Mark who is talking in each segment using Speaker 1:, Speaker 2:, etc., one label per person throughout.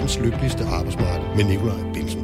Speaker 1: verdens lykkeligste arbejdsmarked med Nikolaj Bensen.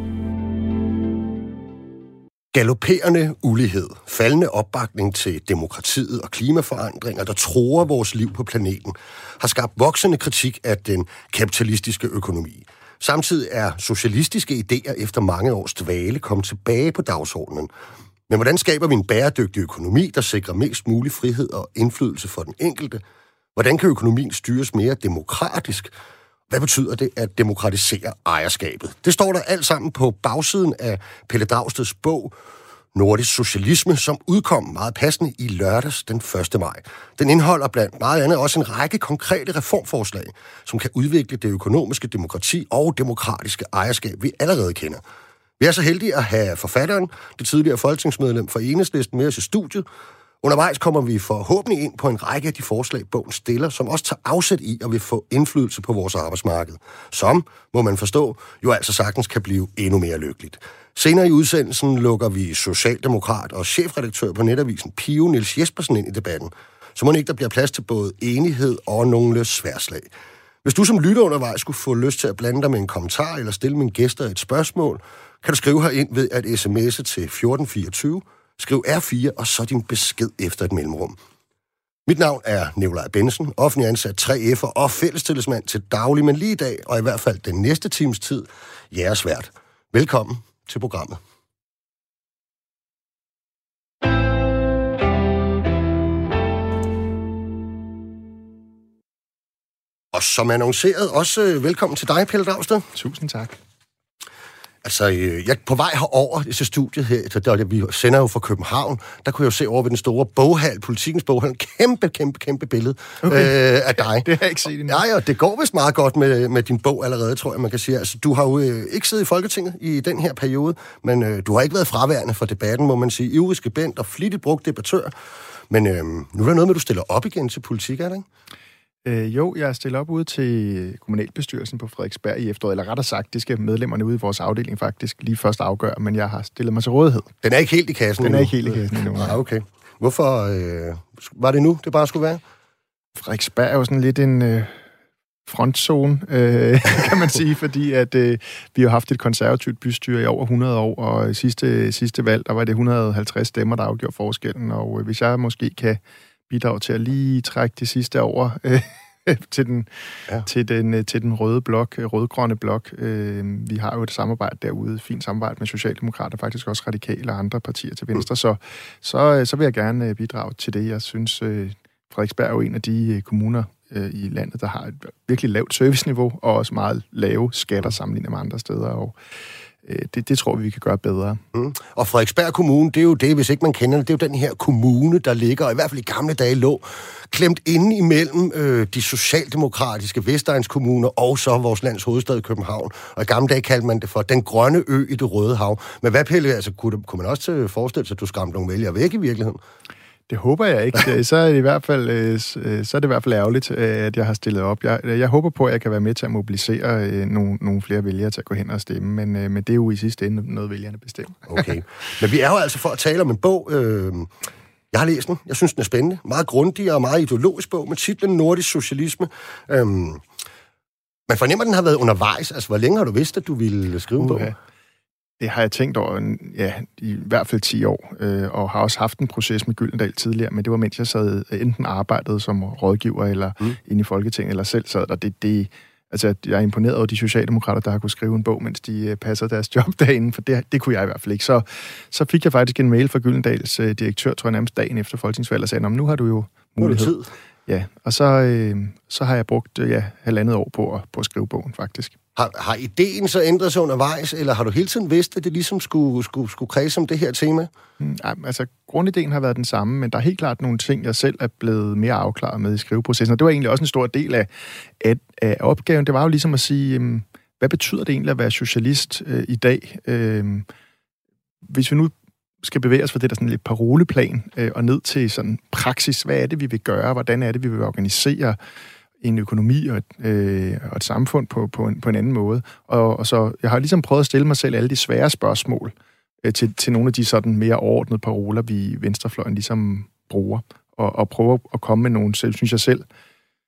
Speaker 1: Galopperende ulighed, faldende opbakning til demokratiet og klimaforandringer, der truer vores liv på planeten, har skabt voksende kritik af den kapitalistiske økonomi. Samtidig er socialistiske idéer efter mange års dvale kommet tilbage på dagsordenen. Men hvordan skaber vi en bæredygtig økonomi, der sikrer mest mulig frihed og indflydelse for den enkelte? Hvordan kan økonomien styres mere demokratisk? Hvad betyder det at demokratisere ejerskabet? Det står der alt sammen på bagsiden af Pelle Dragsteds bog Nordisk Socialisme, som udkom meget passende i lørdags den 1. maj. Den indeholder blandt meget andet også en række konkrete reformforslag, som kan udvikle det økonomiske demokrati og demokratiske ejerskab, vi allerede kender. Vi er så heldige at have forfatteren, det tidligere folketingsmedlem for Enhedslisten, med os i studiet. Undervejs kommer vi forhåbentlig ind på en række af de forslag, bogen stiller, som også tager afsæt i og vil få indflydelse på vores arbejdsmarked. Som, må man forstå, jo altså sagtens kan blive endnu mere lykkeligt. Senere i udsendelsen lukker vi socialdemokrat og chefredaktør på netavisen Pio Niels Jespersen ind i debatten. Så må ikke der bliver plads til både enighed og nogle sværslag. Hvis du som lytter undervejs skulle få lyst til at blande dig med en kommentar eller stille mine gæster et spørgsmål, kan du skrive herind ved at sms'e til 1424. Skriv R4 og så din besked efter et mellemrum. Mit navn er Nikolaj Bensen, offentlig ansat 3F'er og fællestillidsmand til daglig, men lige i dag, og i hvert fald den næste times tid, jeres vært. Velkommen til programmet. Og som annonceret, også velkommen til dig, Pelle Dragsted.
Speaker 2: Tusind tak.
Speaker 1: Altså, jeg på vej herover til studiet her, der vi sender jo fra København, der kunne jeg jo se over ved den store boghal, Politikens boghal, en kæmpe billede af dig.
Speaker 2: Det har jeg ikke set endnu.
Speaker 1: Ja, det går vist meget godt med din bog allerede, tror jeg, man kan sige. Altså, du har jo ikke siddet i Folketinget i den her periode, men du har ikke været fraværende for debatten, må man sige. Ivrig skribent og flittigt brugt debattør. Men nu er der noget med, at du stiller op igen til politik, er det ikke?
Speaker 2: Jo, jeg er stillet op ude til kommunalbestyrelsen på Frederiksberg i efteråret, eller rettere sagt, det skal medlemmerne ude i vores afdeling faktisk lige først afgøre, men jeg har stillet mig til rådighed.
Speaker 1: Den er ikke helt i kassen endnu?
Speaker 2: Den er ikke helt i kassen endnu.
Speaker 1: Ah, okay. Hvorfor var det nu, det bare skulle være?
Speaker 2: Frederiksberg er jo sådan lidt en frontzone, kan man sige, fordi at vi har haft et konservativt bystyre i over 100 år, og i sidste valg, der var det 150 stemmer, der afgjorde forskellen, og hvis jeg måske kan bidrag til at lige trække det sidste over til den røde blok, rødgrønne blok. Vi har jo et samarbejde derude, fint samarbejde med Socialdemokrater, faktisk også Radikale og andre partier til venstre, så vil jeg gerne bidrage til det. Jeg synes, Frederiksberg er jo en af de kommuner i landet, der har et virkelig lavt serviceniveau, og også meget lave skatter sammenlignet med andre steder, og det tror vi kan gøre bedre.
Speaker 1: Og Frederiksberg Kommune, det er jo det, hvis ikke man kender det, det er jo den her kommune, der ligger, og i hvert fald i gamle dage lå, klemt inde imellem de socialdemokratiske Vestegnskommuner og så vores lands hovedstad København. Og i gamle dage kaldte man det for den grønne ø i det Røde Hav. Men hvad, Pelle, altså, kunne man også forestille sig, at du skræmte nogle vælgere væk i virkeligheden?
Speaker 2: Det håber jeg ikke. Så er det i hvert fald ærgerligt, at jeg har stillet op. Jeg håber på, at jeg kan være med til at mobilisere nogle flere vælgere til at gå hen og stemme, men det er jo i sidste ende noget, vælgerne bestemmer. Okay.
Speaker 1: Men vi er jo altså for at tale om en bog. Jeg har læst den. Jeg synes, den er spændende. Meget grundig og meget ideologisk bog med titlen Nordisk Socialisme. Man fornemmer, at den har været undervejs. Altså, hvor længe har du vidst, at du ville skrive en bog?
Speaker 2: Det har jeg tænkt over, i hvert fald 10 år, og har også haft en proces med Gyldendal tidligere, men det var, mens jeg sad enten arbejdede som rådgiver, eller inde i Folketinget, eller selv sad der. Altså, jeg er imponeret over de socialdemokrater, der har kunnet skrive en bog, mens de passer deres job derinde, for det kunne jeg i hvert fald ikke. Så fik jeg faktisk en mail fra Gyldendals direktør, tror jeg nærmest dagen efter folketingsvalget, og sagde, nu har du jo mulighed. Ja, og så har jeg brugt 1,5 år på at skrive bogen, faktisk.
Speaker 1: Har ideen så ændret sig undervejs, eller har du hele tiden vidst, at det ligesom skulle kredse om det her tema?
Speaker 2: Altså, grundideen har været den samme, men der er helt klart nogle ting, jeg selv er blevet mere afklaret med i skriveprocessen, og det var egentlig også en stor del af opgaven. Det var jo ligesom at sige, hvad betyder det egentlig at være socialist i dag? Hvis vi nu skal bevæge os fra det der sådan lidt paroleplan og ned til sådan praksis, hvad er det, vi vil gøre? Hvordan er det, vi vil organisere en økonomi og et samfund på en anden måde. Og så jeg har ligesom prøvet at stille mig selv alle de svære spørgsmål til nogle af de sådan mere overordnede paroler, vi venstrefløjen ligesom bruger, og prøve at komme med nogle, synes jeg selv,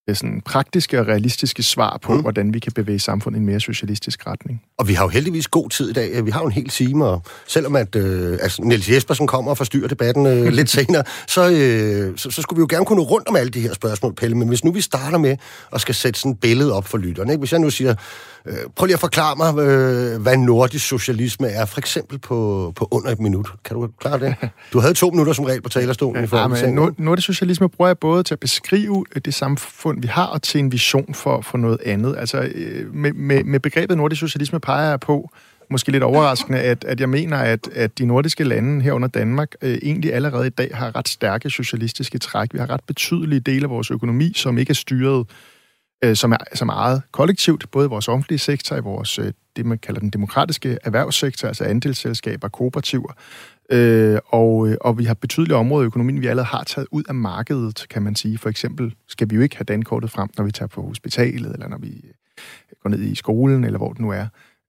Speaker 2: sådan praktiske og realistiske svar på, hvordan vi kan bevæge samfundet i en mere socialistisk retning.
Speaker 1: Og vi har jo heldigvis god tid i dag. Vi har jo en hel time, og selvom at Niels Jespersen kommer og forstyrrer debatten lidt senere, så skulle vi jo gerne kunne nå rundt om alle de her spørgsmål, Pelle. Men hvis nu vi starter med at skal sætte sådan et billede op for lytterne, ikke? Hvis jeg nu siger, prøv lige at forklare mig, hvad nordisk socialisme er, for eksempel på under et minut. Kan du klare det? Du havde 2 minutter som regel på talerstolen.
Speaker 2: Nordisk socialisme bruger jeg både til at beskrive det samfund, vi har, og til en vision for noget andet. Altså, med begrebet nordisk socialisme peger jeg på, måske lidt overraskende, at jeg mener, at de nordiske lande herunder Danmark egentlig allerede i dag har ret stærke socialistiske træk. Vi har ret betydelige dele af vores økonomi, som ikke er styret, som er ejet kollektivt, både i vores offentlige sektor, i vores, det man kalder den demokratiske erhvervssektor, altså andelsselskaber, kooperativer, og vi har betydelige områder i økonomien, vi allerede har taget ud af markedet, kan man sige. For eksempel skal vi jo ikke have dankortet frem, når vi tager på hospitalet, eller når vi går ned i skolen, eller hvor det nu er.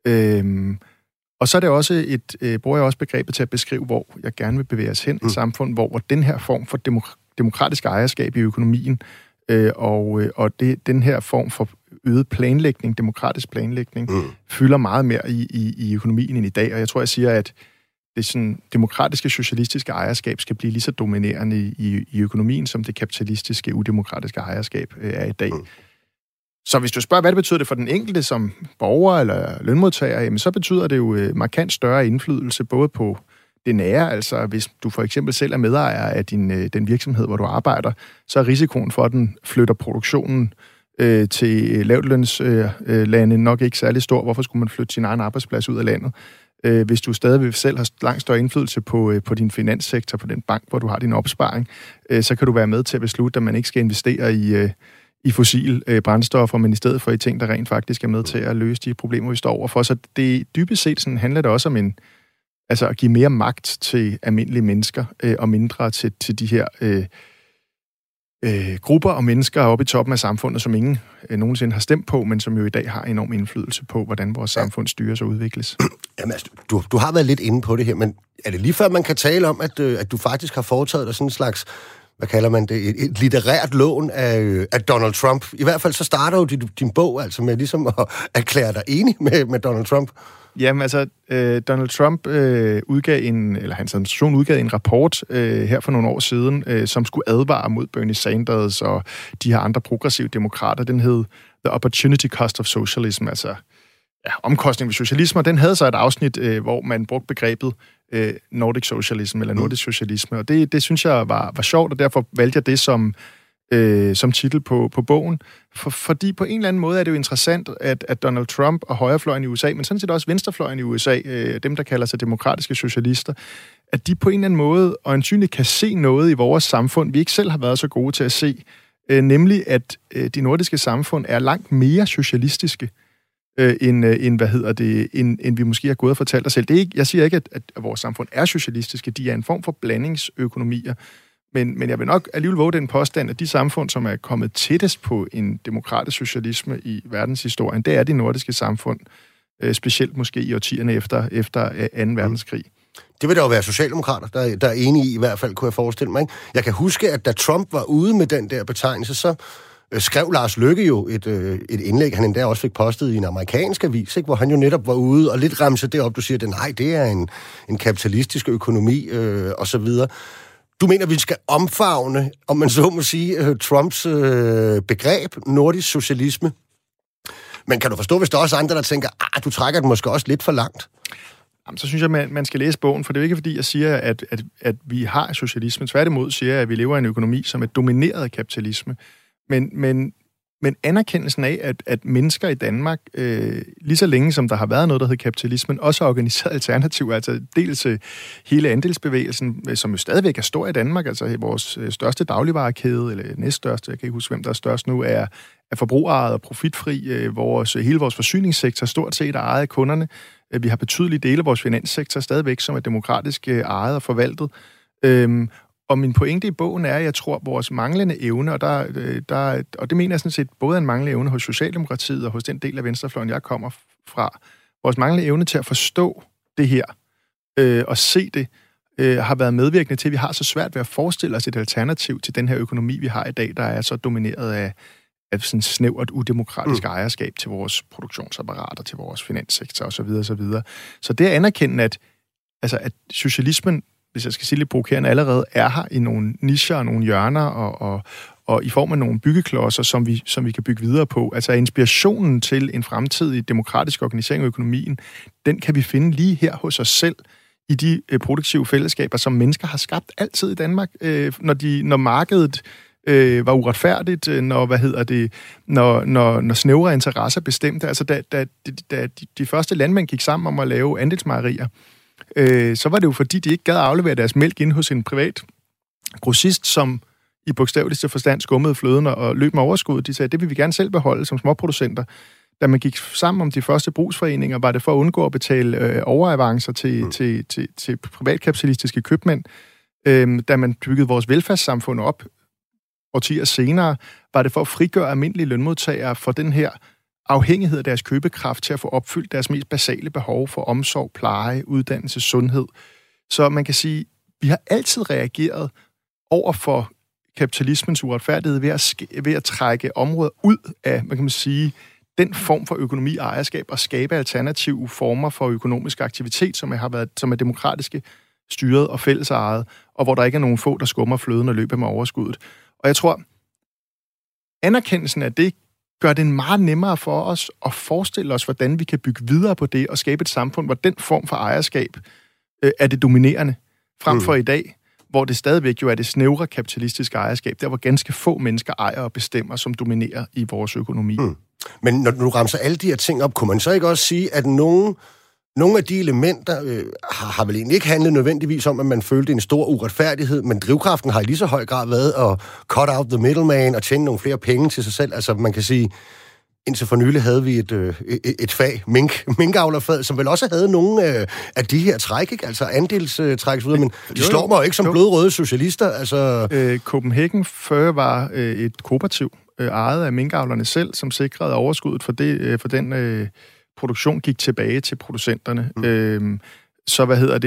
Speaker 2: Og så er det også bruger jeg også begrebet til at beskrive, hvor jeg gerne vil bevæge os hen i et samfund, hvor den her form for demokratisk ejerskab i økonomien, og den her form for øget planlægning, demokratisk planlægning, fylder meget mere i økonomien end i dag. Og jeg tror, jeg siger, at det sådan demokratiske, socialistiske ejerskab skal blive lige så dominerende i økonomien, som det kapitalistiske, udemokratiske ejerskab er i dag. Så hvis du spørger, hvad det betyder det for den enkelte som borger eller lønmodtager, jamen så betyder det jo markant større indflydelse, både på det nære, altså hvis du for eksempel selv er medejer af den virksomhed, hvor du arbejder, så er risikoen for, at den flytter produktionen til lavtlønslande nok ikke særlig stor. Hvorfor skulle man flytte sin egen arbejdsplads ud af landet? Hvis du stadig selv har langt større indflydelse på din finanssektor, på den bank, hvor du har din opsparing, så kan du være med til at beslutte, at man ikke skal investere i fossil brændstoffer, men i stedet for i ting, der rent faktisk er med til at løse de problemer, vi står overfor. Så det dybest set sådan handler det også om at give mere magt til almindelige mennesker, og mindre til de her grupper og mennesker oppe i toppen af samfundet, som ingen nogensinde har stemt på, men som jo i dag har enorm indflydelse på, hvordan vores samfund styres og udvikles.
Speaker 1: Jamen, altså, du har været lidt inde på det her, men er det lige før, man kan tale om, at du faktisk har foretaget dig sådan en slags, hvad kalder man det, et litterært lån af Donald Trump? I hvert fald så starter jo din bog altså med ligesom at erklære dig enig med Donald Trump.
Speaker 2: Jamen altså, Donald Trump hans administration udgav en rapport her for nogle år siden, som skulle advare mod Bernie Sanders og de her andre progressive demokrater. Den hed The Opportunity Cost of Socialism, altså omkostning ved socialisme. Og den havde så et afsnit, hvor man brugte begrebet Nordic Socialism eller Nordisk Socialisme. Og det synes jeg var sjovt, og derfor valgte jeg det som titel på bogen. Fordi på en eller anden måde er det jo interessant, at Donald Trump og højrefløjen i USA, men sådan set også venstrefløjen i USA, dem der kalder sig demokratiske socialister, at de på en eller anden måde øjensynligt kan se noget i vores samfund, vi ikke selv har været så gode til at se, nemlig at de nordiske samfund er langt mere socialistiske, end vi måske har gået og fortalt os selv. Det er ikke, jeg siger ikke, at vores samfund er socialistiske, de er en form for blandingsøkonomier, men jeg vil nok alligevel våge den påstand, at de samfund, som er kommet tættest på en demokratisk socialisme i verdenshistorien, det er de nordiske samfund, specielt måske i årtierne efter 2. verdenskrig.
Speaker 1: Det vil der jo være socialdemokrater, der er enige i hvert fald, kunne jeg forestille mig. Ikke? Jeg kan huske, at da Trump var ude med den der betegnelse, så skrev Lars Løkke jo et indlæg, han endda også fik postet i en amerikansk avis, ikke? Hvor han jo netop var ude og lidt ramse det op. Du siger, at det er en kapitalistisk økonomi og så videre. Du mener, vi skal omfavne, om man så må sige, Trumps begreb, nordisk socialisme. Men kan du forstå, hvis der er også andre, der tænker, du trækker den måske også lidt for langt?
Speaker 2: Jamen, så synes jeg, man skal læse bogen, for det er jo ikke, fordi jeg siger, at vi har socialisme. Tværtimod siger jeg, at vi lever i en økonomi, som er domineret af kapitalisme. Men anerkendelsen af, at mennesker i Danmark, lige så længe som der har været noget, der hedder kapitalismen, også har organiseret alternativer, altså dels hele andelsbevægelsen, som jo stadigvæk er stor i Danmark, altså vores største dagligvarekæde, eller næststørste, jeg kan ikke huske, hvem der er størst nu, er forbrugerejet og profitfri. Hele vores forsyningssektor stort set er ejet af kunderne. Vi har betydelige dele af vores finanssektor stadigvæk, som er demokratisk ejet og forvaltet. Og min pointe i bogen er, at jeg tror, at vores manglende evne, og det mener jeg sådan set både en manglende evne hos Socialdemokratiet og hos den del af venstrefløjen, jeg kommer fra, vores manglende evne til at forstå det her og se det, har været medvirkende til, at vi har så svært ved at forestille os et alternativ til den her økonomi, vi har i dag, der er så domineret sådan snævert udemokratisk ejerskab til vores produktionsapparater, til vores finanssektor osv. osv. Så det at anerkende, at socialismen, hvis jeg skal sige lidt provokerende, allerede er her i nogle nicher og nogle hjørner, og i form af nogle byggeklodser, som vi kan bygge videre på. Altså inspirationen til en fremtidig demokratisk organisering af økonomien, den kan vi finde lige her hos os selv, i de produktive fællesskaber, som mennesker har skabt altid i Danmark, når markedet var uretfærdigt, når snævre interesser bestemte. Altså, da de første landmænd gik sammen om at lave andelsmejerier, så var det jo fordi, de ikke gad at aflevere deres mælk ind hos en privat grossist, som i bogstaveligste forstand skummede fløden og løb med overskud. De sagde, det vil vi gerne selv beholde som småproducenter. Da man gik sammen om de første brugsforeninger, var det for at undgå at betale overavancer til privatkapitalistiske købmænd. Da man byggede vores velfærdssamfund op årtier senere, var det for at frigøre almindelige lønmodtagere for den her afhængighed af deres købekraft til at få opfyldt deres mest basale behov for omsorg, pleje, uddannelse, sundhed. Så man kan sige, vi har altid reageret over for kapitalismens uretfærdighed ved at trække områder ud af, man kan sige, den form for økonomi og ejerskab og skabe alternative former for økonomisk aktivitet, som er demokratiske, styret og fællesejet, og hvor der ikke er nogen få, der skummer fløden og løber med overskuddet. Og jeg tror, anerkendelsen af det gør det meget nemmere for os at forestille os, hvordan vi kan bygge videre på det og skabe et samfund, hvor den form for ejerskab er det dominerende, frem for i dag, hvor det stadigvæk jo er det snævre kapitalistiske ejerskab, der hvor ganske få mennesker ejer og bestemmer, som dominerer i vores økonomi.
Speaker 1: Men når du ramser alle de her ting op, kunne man så ikke også sige, at nogle af de elementer har vel egentlig ikke handlet nødvendigvis om, at man følte en stor uretfærdighed, men drivkraften har i lige så høj grad været at cut out the middleman og tjene nogle flere penge til sig selv. Altså man kan sige, indtil for nylig havde vi et fag, minkavlerfag, som vel også havde nogle af de her træk, ikke? Altså andelstræk, men de slår mig jo ikke som blodrøde socialister. Altså
Speaker 2: Copenhagen før var et kooperativ, ejet af minkavlerne selv, som sikrede overskuddet for den produktion gik tilbage til producenterne. Så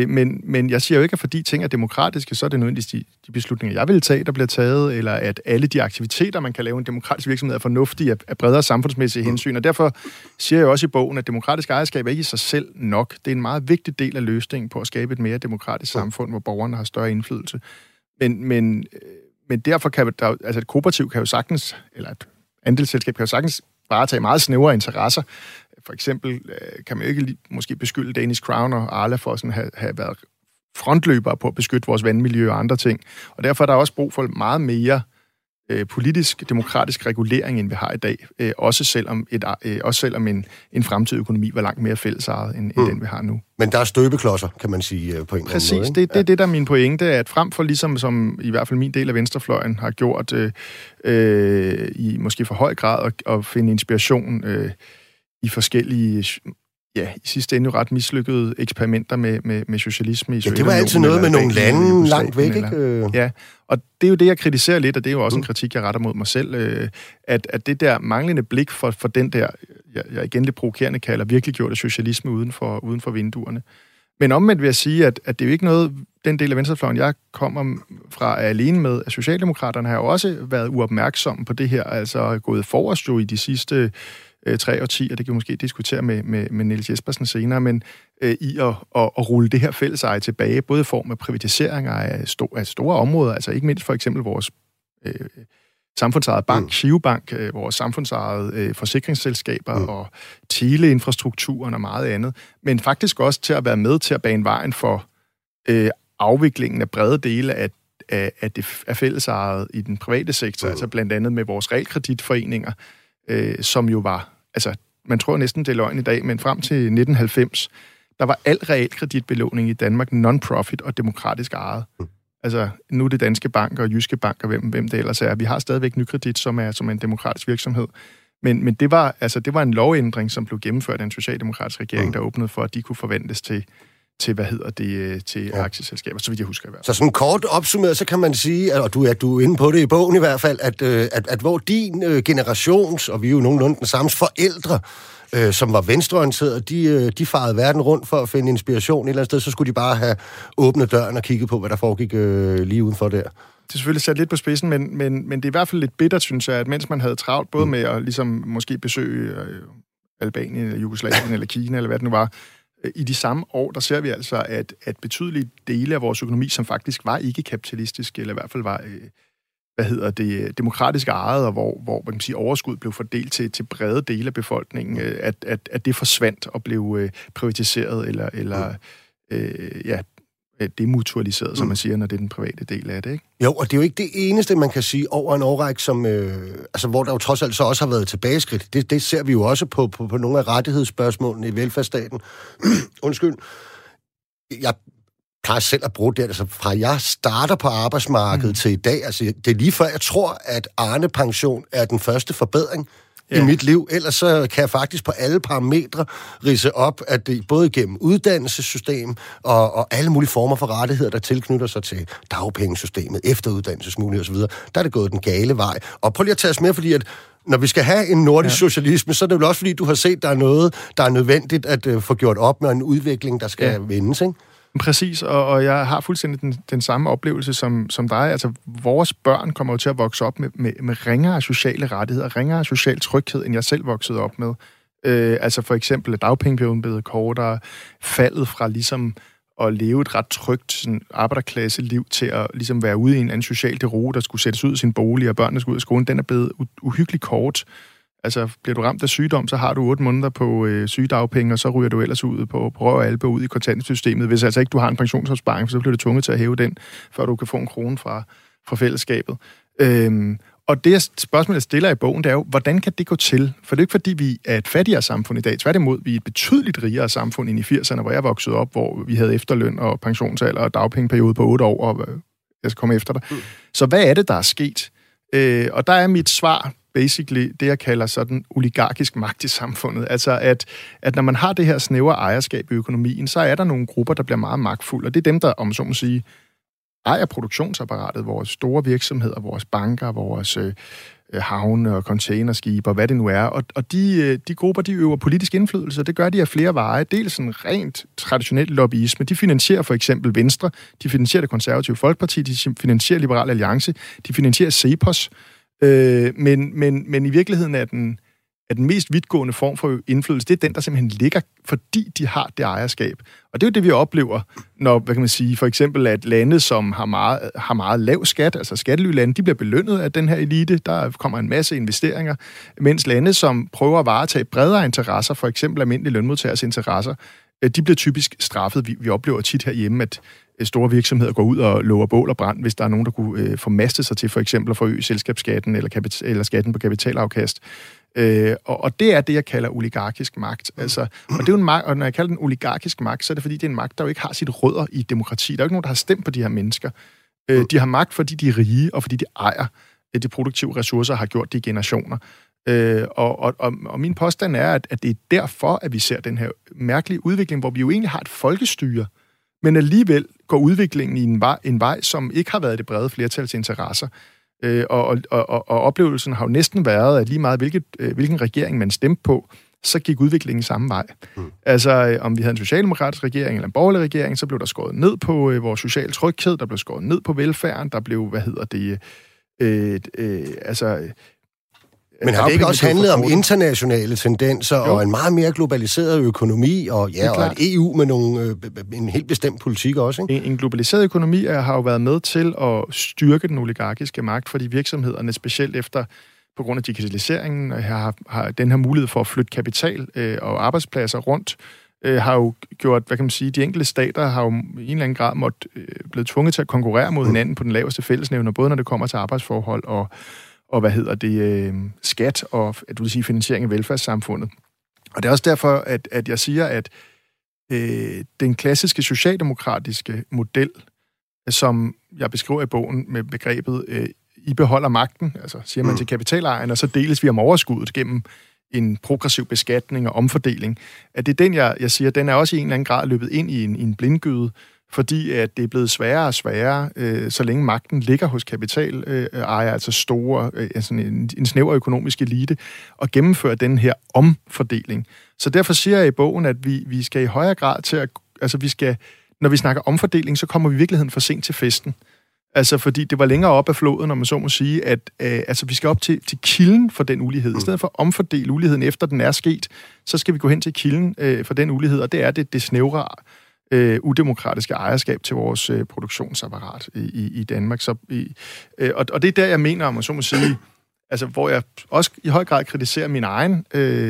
Speaker 2: Men jeg siger jo ikke, at fordi ting er demokratiske, så er det nødvendigvis de beslutninger, jeg vil tage, der bliver taget, eller at alle de aktiviteter, man kan lave en demokratisk virksomhed, er fornuftige af bredere samfundsmæssige hensyn. Og derfor siger jeg også i bogen, at demokratisk ejerskab er ikke i sig selv nok. Det er en meget vigtig del af løsningen på at skabe et mere demokratisk samfund, hvor borgerne har større indflydelse. Men derfor kan et kooperativ kan jo sagtens, eller et andelsselskab kan jo sagtens varetage meget snævre interesser. For eksempel kan man jo ikke måske beskylde Danish Crown og Arla for sådan have været frontløbere på at beskytte vores vandmiljø og andre ting. Og derfor er der også brug for meget mere politisk, demokratisk regulering, end vi har i dag. Også selvom en fremtidig økonomi var langt mere fællesejet, end den vi har nu.
Speaker 1: Men der er støbeklodser, kan man sige, på en eller anden måde.
Speaker 2: Præcis, det er det, der er min pointe, at frem for ligesom, som i hvert fald min del af venstrefløjen har gjort i måske for høj grad at finde inspiration i forskellige, i sidste ende jo ret mislykkede eksperimenter med socialisme.
Speaker 1: Ja, det var altid noget med nogle lande langt væk, ikke?
Speaker 2: Ja, og det er jo det, jeg kritiserer lidt, og det er jo også en kritik, jeg retter mod mig selv, at det der manglende blik for den der, jeg igen lidt provokerende kalder, virkelig gjort af socialisme uden for vinduerne. Men omvendt vil jeg sige, at det er jo ikke noget, den del af venstrefløjen, jeg kommer fra, er alene med, at Socialdemokraterne har jo også været uopmærksomme på det her, altså gået forrest jo i de sidste 3 årtier, det kan vi måske diskutere med Niels Jespersen senere, men i at rulle det her fælleseje tilbage, både i form af privatiseringer af store områder, altså ikke mindst for eksempel vores samfundsejede bank, Shivebank, vores samfundsejede forsikringsselskaber og teleinfrastrukturen og meget andet, men faktisk også til at være med til at bane vejen for afviklingen af brede dele af fællesejet i den private sektor, altså blandt andet med vores realkreditforeninger, som jo var, altså man tror næsten det er løgn i dag, men frem til 1990, der var al realkreditbelåning i Danmark non-profit og demokratisk ejet. Altså nu er det Danske Bank og Jyske Bank og hvem det ellers er. Vi har stadigvæk Nykredit, som er en demokratisk virksomhed. Men det var en lovændring, som blev gennemført af en socialdemokratisk regering, der åbnede for, at de kunne forventes til aktieselskaber, så vidt jeg husker i hvert fald. Så
Speaker 1: sådan kort opsummeret, så kan man sige, og du er inde på det i bogen i hvert fald, at hvor din generations, og vi er jo nogenlunde den samme forældre, som var venstreorienterede, de farede verden rundt for at finde inspiration et eller andet sted, så skulle de bare have åbnet døren og kigget på, hvad der foregik lige udenfor der.
Speaker 2: er selvfølgelig sat lidt på spidsen, men det er i hvert fald lidt bittert, synes jeg, at mens man havde travlt, både med at ligesom måske besøge Albanien, eller Jugoslavien, eller Kina, eller hvad det nu var, i de samme år, der ser vi altså, at betydelige dele af vores økonomi, som faktisk var ikke kapitalistiske, eller i hvert fald var demokratisk ejet, og hvor man kan sige, overskud blev fordelt til brede dele af befolkningen, at det forsvandt og blev privatiseret eller demutualiseret, som man siger, når det er den private del af det, ikke?
Speaker 1: Jo, og det er jo ikke det eneste, man kan sige over en årrække, som, hvor der jo trods alt så også har været tilbageskridt. Det ser vi jo også på nogle af rettighedsspørgsmålene i velfærdsstaten. Undskyld. Jeg plejer selv at bruge det, altså fra jeg starter på arbejdsmarkedet til i dag, altså det er lige før, jeg tror, at Arne-pension er den første forbedring i mit liv. Ellers så kan jeg faktisk på alle parametre ridse op, at det både gennem uddannelsessystem og alle mulige former for rettigheder, der tilknytter sig til dagpengesystemet, efteruddannelsesmuligheder osv., der er det gået den gale vej. Og prøv lige at tage os med, fordi at når vi skal have en nordisk socialisme, så er det vel også, fordi du har set, der er noget, der er nødvendigt at få gjort op med en udvikling, der skal vendes, ikke?
Speaker 2: Præcis, og jeg har fuldstændig den samme oplevelse som dig. Altså, vores børn kommer jo til at vokse op med ringere sociale rettigheder, ringere social tryghed, end jeg selv voksede op med. Altså for eksempel, at dagpengeperioden blev kortere, faldet fra ligesom at leve et ret trygt sådan, arbejderklasseliv til at ligesom være ude i en anden social deroute, der skulle sættes ud af sin bolig, og børnene skulle ud af skolen, den er blevet uhyggeligt kort. Altså, bliver du ramt af sygdom, så har du 8 måneder på sygedagpenge, og så ryger du ellers ud på røv og albe ud i kontantsystemet. Hvis altså ikke du har en pensionsopsparing, så bliver du tvunget til at hæve den, før du kan få en krone fra fællesskabet. Og det spørgsmål, jeg stiller i bogen, det er jo, hvordan kan det gå til? For det er ikke, fordi vi er et fattigere samfund i dag. Tværtimod, vi er et betydeligt rigere samfund end i 80'erne, hvor jeg voksede op, hvor vi havde efterløn og pensionsalder og dagpengeperiode på 8 år, og jeg skal komme efter dig. Så hvad er det, der er sket? Og der er mit svar basically det, jeg kalder sådan oligarkisk magt i samfundet. Altså, at når man har det her snævre ejerskab i økonomien, så er der nogle grupper, der bliver meget magtfulde, og det er dem, der, om så må sige, ejer produktionsapparatet, vores store virksomheder, vores banker, vores havne og containerskibe og hvad det nu er. Og de grupper, de øver politisk indflydelse, det gør de af flere veje. Dels en rent traditionel lobbyisme. De finansierer for eksempel Venstre, de finansierer Det Konservative Folkeparti, de finansierer Liberal Alliance, de finansierer CEPOS. Men i virkeligheden er den mest vidtgående form for indflydelse, det er den, der simpelthen ligger, fordi de har det ejerskab. Og det er jo det, vi oplever, når, hvad kan man sige, for eksempel at lande, som har meget lav skat, altså skattelylande, de bliver belønnet af den her elite, der kommer en masse investeringer, mens lande, som prøver at varetage bredere interesser, for eksempel almindelige lønmodtagers interesser, de bliver typisk straffet. Vi oplever tit herhjemme, at store virksomheder går ud og lover bål og brand, hvis der er nogen, der kunne formaste sig til for eksempel at forøge selskabsskatten eller skatten på kapitalafkast. Og det er det, jeg kalder oligarkisk magt. Altså, og det er jo en magt, og når jeg kalder den oligarkisk magt, så er det fordi, det er en magt, der jo ikke har sit rødder i demokrati. Der er jo ikke nogen, der har stemt på de her mennesker. De har magt, fordi de er rige, og fordi de ejer de produktive ressourcer, har gjort det i generationer. Og min påstand er, at det er derfor, at vi ser den her mærkelige udvikling, hvor vi jo egentlig har et folkestyre, men alligevel går udviklingen i en vej, som ikke har været det brede flertals interesser. Og oplevelsen har jo næsten været, at lige meget hvilken regering man stemte på, så gik udviklingen samme vej. Altså, om vi havde en socialdemokratisk regering eller en borgerlig regering, så blev der skåret ned på vores sociale tryghed, der blev skåret ned på velfærden, der blev,
Speaker 1: men har det ikke også handlet om internationale tendenser og en meget mere globaliseret økonomi, og et EU med en helt bestemt politik også, ikke?
Speaker 2: En globaliseret økonomi har jo været med til at styrke den oligarkiske magt, fordi virksomhederne, specielt efter på grund af digitaliseringen, har den her mulighed for at flytte kapital og arbejdspladser rundt, har jo gjort, hvad kan man sige, de enkelte stater har jo i en eller anden grad blevet tvunget til at konkurrere mod hinanden på den laveste fællesnævner, både når det kommer til arbejdsforhold og skat og, du vil sige, finansiering af velfærdssamfundet. Og det er også derfor, at jeg siger, at den klassiske socialdemokratiske model, som jeg beskriver i bogen med begrebet, I beholder magten, altså siger man til kapitalejerne, og så deles vi om overskuddet gennem en progressiv beskatning og omfordeling, at det er den, jeg siger, den er også i en eller anden grad løbet ind i en blindgyde, fordi at det er blevet sværere og sværere, så længe magten ligger hos kapitalejer, altså store, altså en snæver økonomisk elite, at gennemføre den her omfordeling. Så derfor siger jeg i bogen, at vi skal i højere grad til at, altså når vi snakker omfordeling, så kommer vi i virkeligheden for sent til festen. Altså, fordi det var længere op af floden, når man så må sige, at altså, vi skal op til kilden for den ulighed. I stedet for at omfordele uligheden efter den er sket, så skal vi gå hen til kilden for den ulighed, og det er det snævre, udemokratiske ejerskab til vores produktionsapparat i Danmark. Og det er der, jeg mener, om man så må sige, altså, hvor jeg også i høj grad kritiserer min egen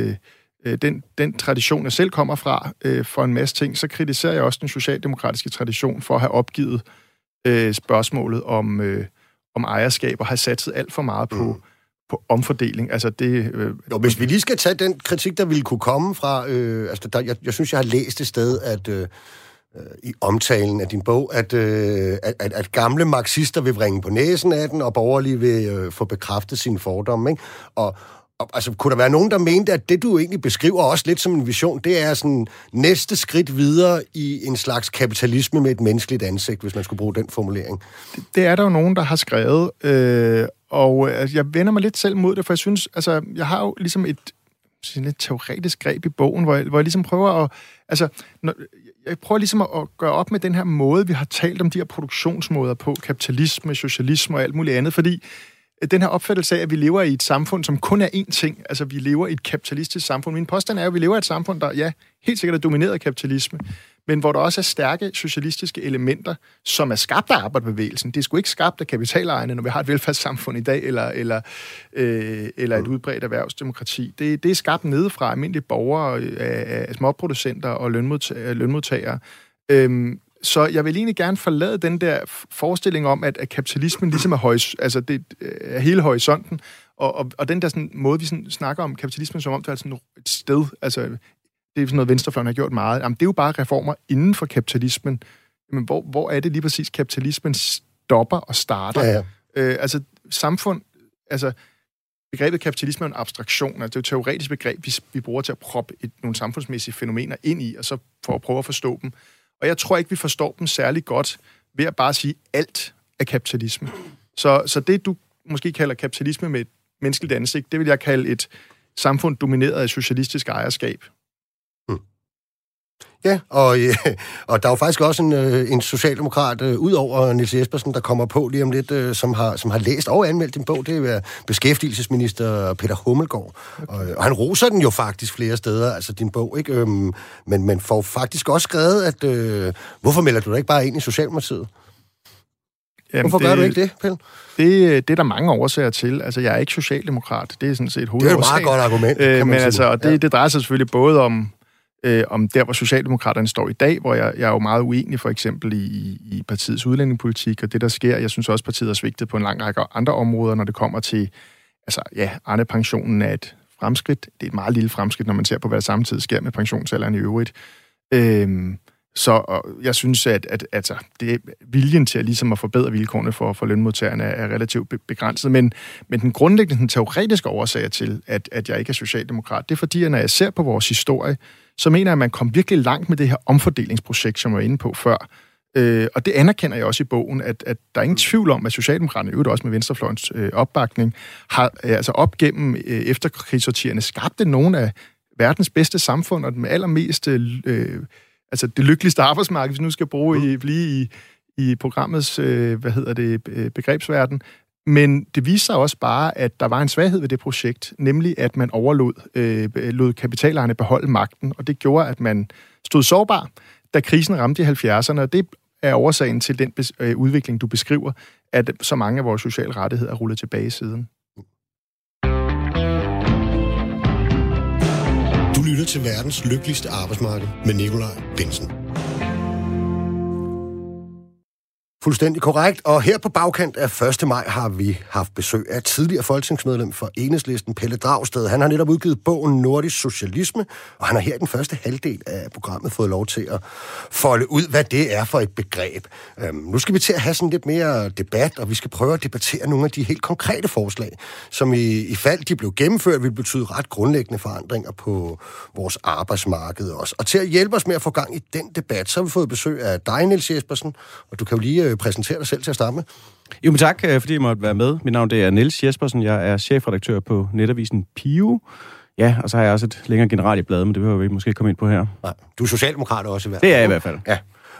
Speaker 2: den tradition, jeg selv kommer fra for en masse ting, så kritiserer jeg også den socialdemokratiske tradition for at have opgivet spørgsmålet om ejerskab og have satset alt for meget på omfordeling. Altså det...
Speaker 1: hvis vi lige skal tage den kritik, der ville kunne komme fra... jeg synes, jeg har læst et sted, at i omtalen af din bog, at gamle marxister vil bringe på næsen af den, og borgerlige vil få bekræftet sine fordomme, ikke? Og altså, kunne der være nogen, der mente, at det, du egentlig beskriver også lidt som en vision, det er sådan næste skridt videre i en slags kapitalisme med et menneskeligt ansigt, hvis man skulle bruge den formulering?
Speaker 2: Det er der jo nogen, der har skrevet, og jeg vender mig lidt selv mod det, for jeg synes, altså, jeg har jo ligesom et teoretisk greb i bogen, hvor jeg ligesom prøver at... Altså, jeg prøver ligesom at gøre op med den her måde, vi har talt om de her produktionsmåder på, kapitalisme, socialisme og alt muligt andet, fordi den her opfattelse af, at vi lever i et samfund, som kun er én ting. Altså, vi lever i et kapitalistisk samfund. Min påstand er jo, at vi lever i et samfund, der, ja, helt sikkert er domineret af kapitalisme, men hvor der også er stærke socialistiske elementer, som er skabt af arbejderbevægelsen. Det er sgu ikke skabt af kapitalejerne, når vi har et velfærdssamfund i dag, eller et udbredt erhvervsdemokrati. Det er skabt nedefra almindelige borgere, af småproducenter og lønmodtagere. Så jeg vil egentlig gerne forlade den der forestilling om, at kapitalismen ligesom er hele horisonten, og den der sådan, måde, vi sådan snakker om kapitalismen som om, det er sådan et sted, altså det er sådan noget, venstrefløjen har gjort meget. Jamen, det er jo bare reformer inden for kapitalismen. Men hvor er det lige præcis, kapitalismen stopper og starter? Ja. Samfund, begrebet kapitalisme er en abstraktion, altså det er jo et teoretisk begreb, vi bruger til at proppe nogle samfundsmæssige fænomener ind i, og så for at prøve at forstå dem. Og jeg tror ikke, vi forstår dem særlig godt ved at bare sige, alt er kapitalisme. Så det, du måske kalder kapitalisme med et menneskeligt ansigt, det vil jeg kalde et samfund domineret af socialistisk ejerskab.
Speaker 1: Ja, og der er jo faktisk også en socialdemokrat, ud over Niels Jespersen, der kommer på lige om lidt, som har læst og anmeldt din bog. Det er beskæftigelsesminister Peter Hummelgaard. Okay. Og han roser den jo faktisk flere steder, altså din bog, ikke? Men får faktisk også skrevet, at hvorfor melder du dig ikke bare ind i Socialdemokratiet? Jamen, hvorfor gør du ikke det, Pelle?
Speaker 2: Det er der mange årsager til. Altså, jeg er ikke socialdemokrat. Det er sådan set hovedårsagen.
Speaker 1: Det er et meget godt argument, kan man sige.
Speaker 2: Og det drejer sig selvfølgelig både om der, hvor Socialdemokraterne står i dag, hvor jeg er jo meget uenig for eksempel i partiets udlændingepolitik, og det, der sker. Jeg synes også, partiet har svigtet på en lang række andre områder, når det kommer til, Arne-pensionen er et fremskridt. Det er et meget lille fremskridt, når man ser på, hvad der samtidig sker med pensionsalderen i øvrigt. Så jeg synes, at det viljen til ligesom at forbedre vilkårene for lønmodtagerne er relativt begrænset. Men den grundlæggende, den teoretiske årsag til, at jeg ikke er socialdemokrat, det er fordi, at når jeg ser på vores historie, så mener jeg, at man kom virkelig langt med det her omfordelingsprojekt, som jeg var inde på før. Og det anerkender jeg også i bogen, at der er ingen tvivl om, at Socialdemokraterne, øvrigt også med venstrefløjens opbakning, har op gennem efterkrigsårtierne skabt nogle af verdens bedste samfund, og den allermest det lykkeligste arbejdsmarked, hvis vi nu skal blive i programmets begrebsverden. Men det viste sig også bare, at der var en svaghed ved det projekt, nemlig at man lod kapitalejerne beholde magten, og det gjorde, at man stod sårbar, da krisen ramte i 70'erne, og det er årsagen til den udvikling, du beskriver, at så mange af vores sociale rettigheder er rullet tilbage siden.
Speaker 1: Du lytter til verdens lykkeligste arbejdsmarked med Nikolaj Bensen. Fuldstændig korrekt. Og her på bagkant af 1. maj har vi haft besøg af tidligere folketingsmedlem for Enhedslisten, Pelle Dragsted. Han har netop udgivet bogen Nordisk Socialisme, og han har her i den første halvdel af programmet fået lov til at folde ud, hvad det er for et begreb. Nu skal vi til at have sådan lidt mere debat, og vi skal prøve at debattere nogle af de helt konkrete forslag, som i fald de blev gennemført, vil betyde ret grundlæggende forandringer på vores arbejdsmarked også. Og til at hjælpe os med at få gang i den debat, så har vi fået besøg af dig, Niels Jespersen, og du kan jo lige præsentere dig selv til at starte med.
Speaker 3: Jo, men tak, fordi jeg måtte være med. Mit navn det er Niels Jespersen. Jeg er chefredaktør på netavisen Pio. Ja, og så har jeg også et længere general i bladet, men det behøver vi måske komme ind på her.
Speaker 1: Nej, du er socialdemokrat også i hvert
Speaker 3: fald. Det er jeg i hvert fald.
Speaker 1: Ja.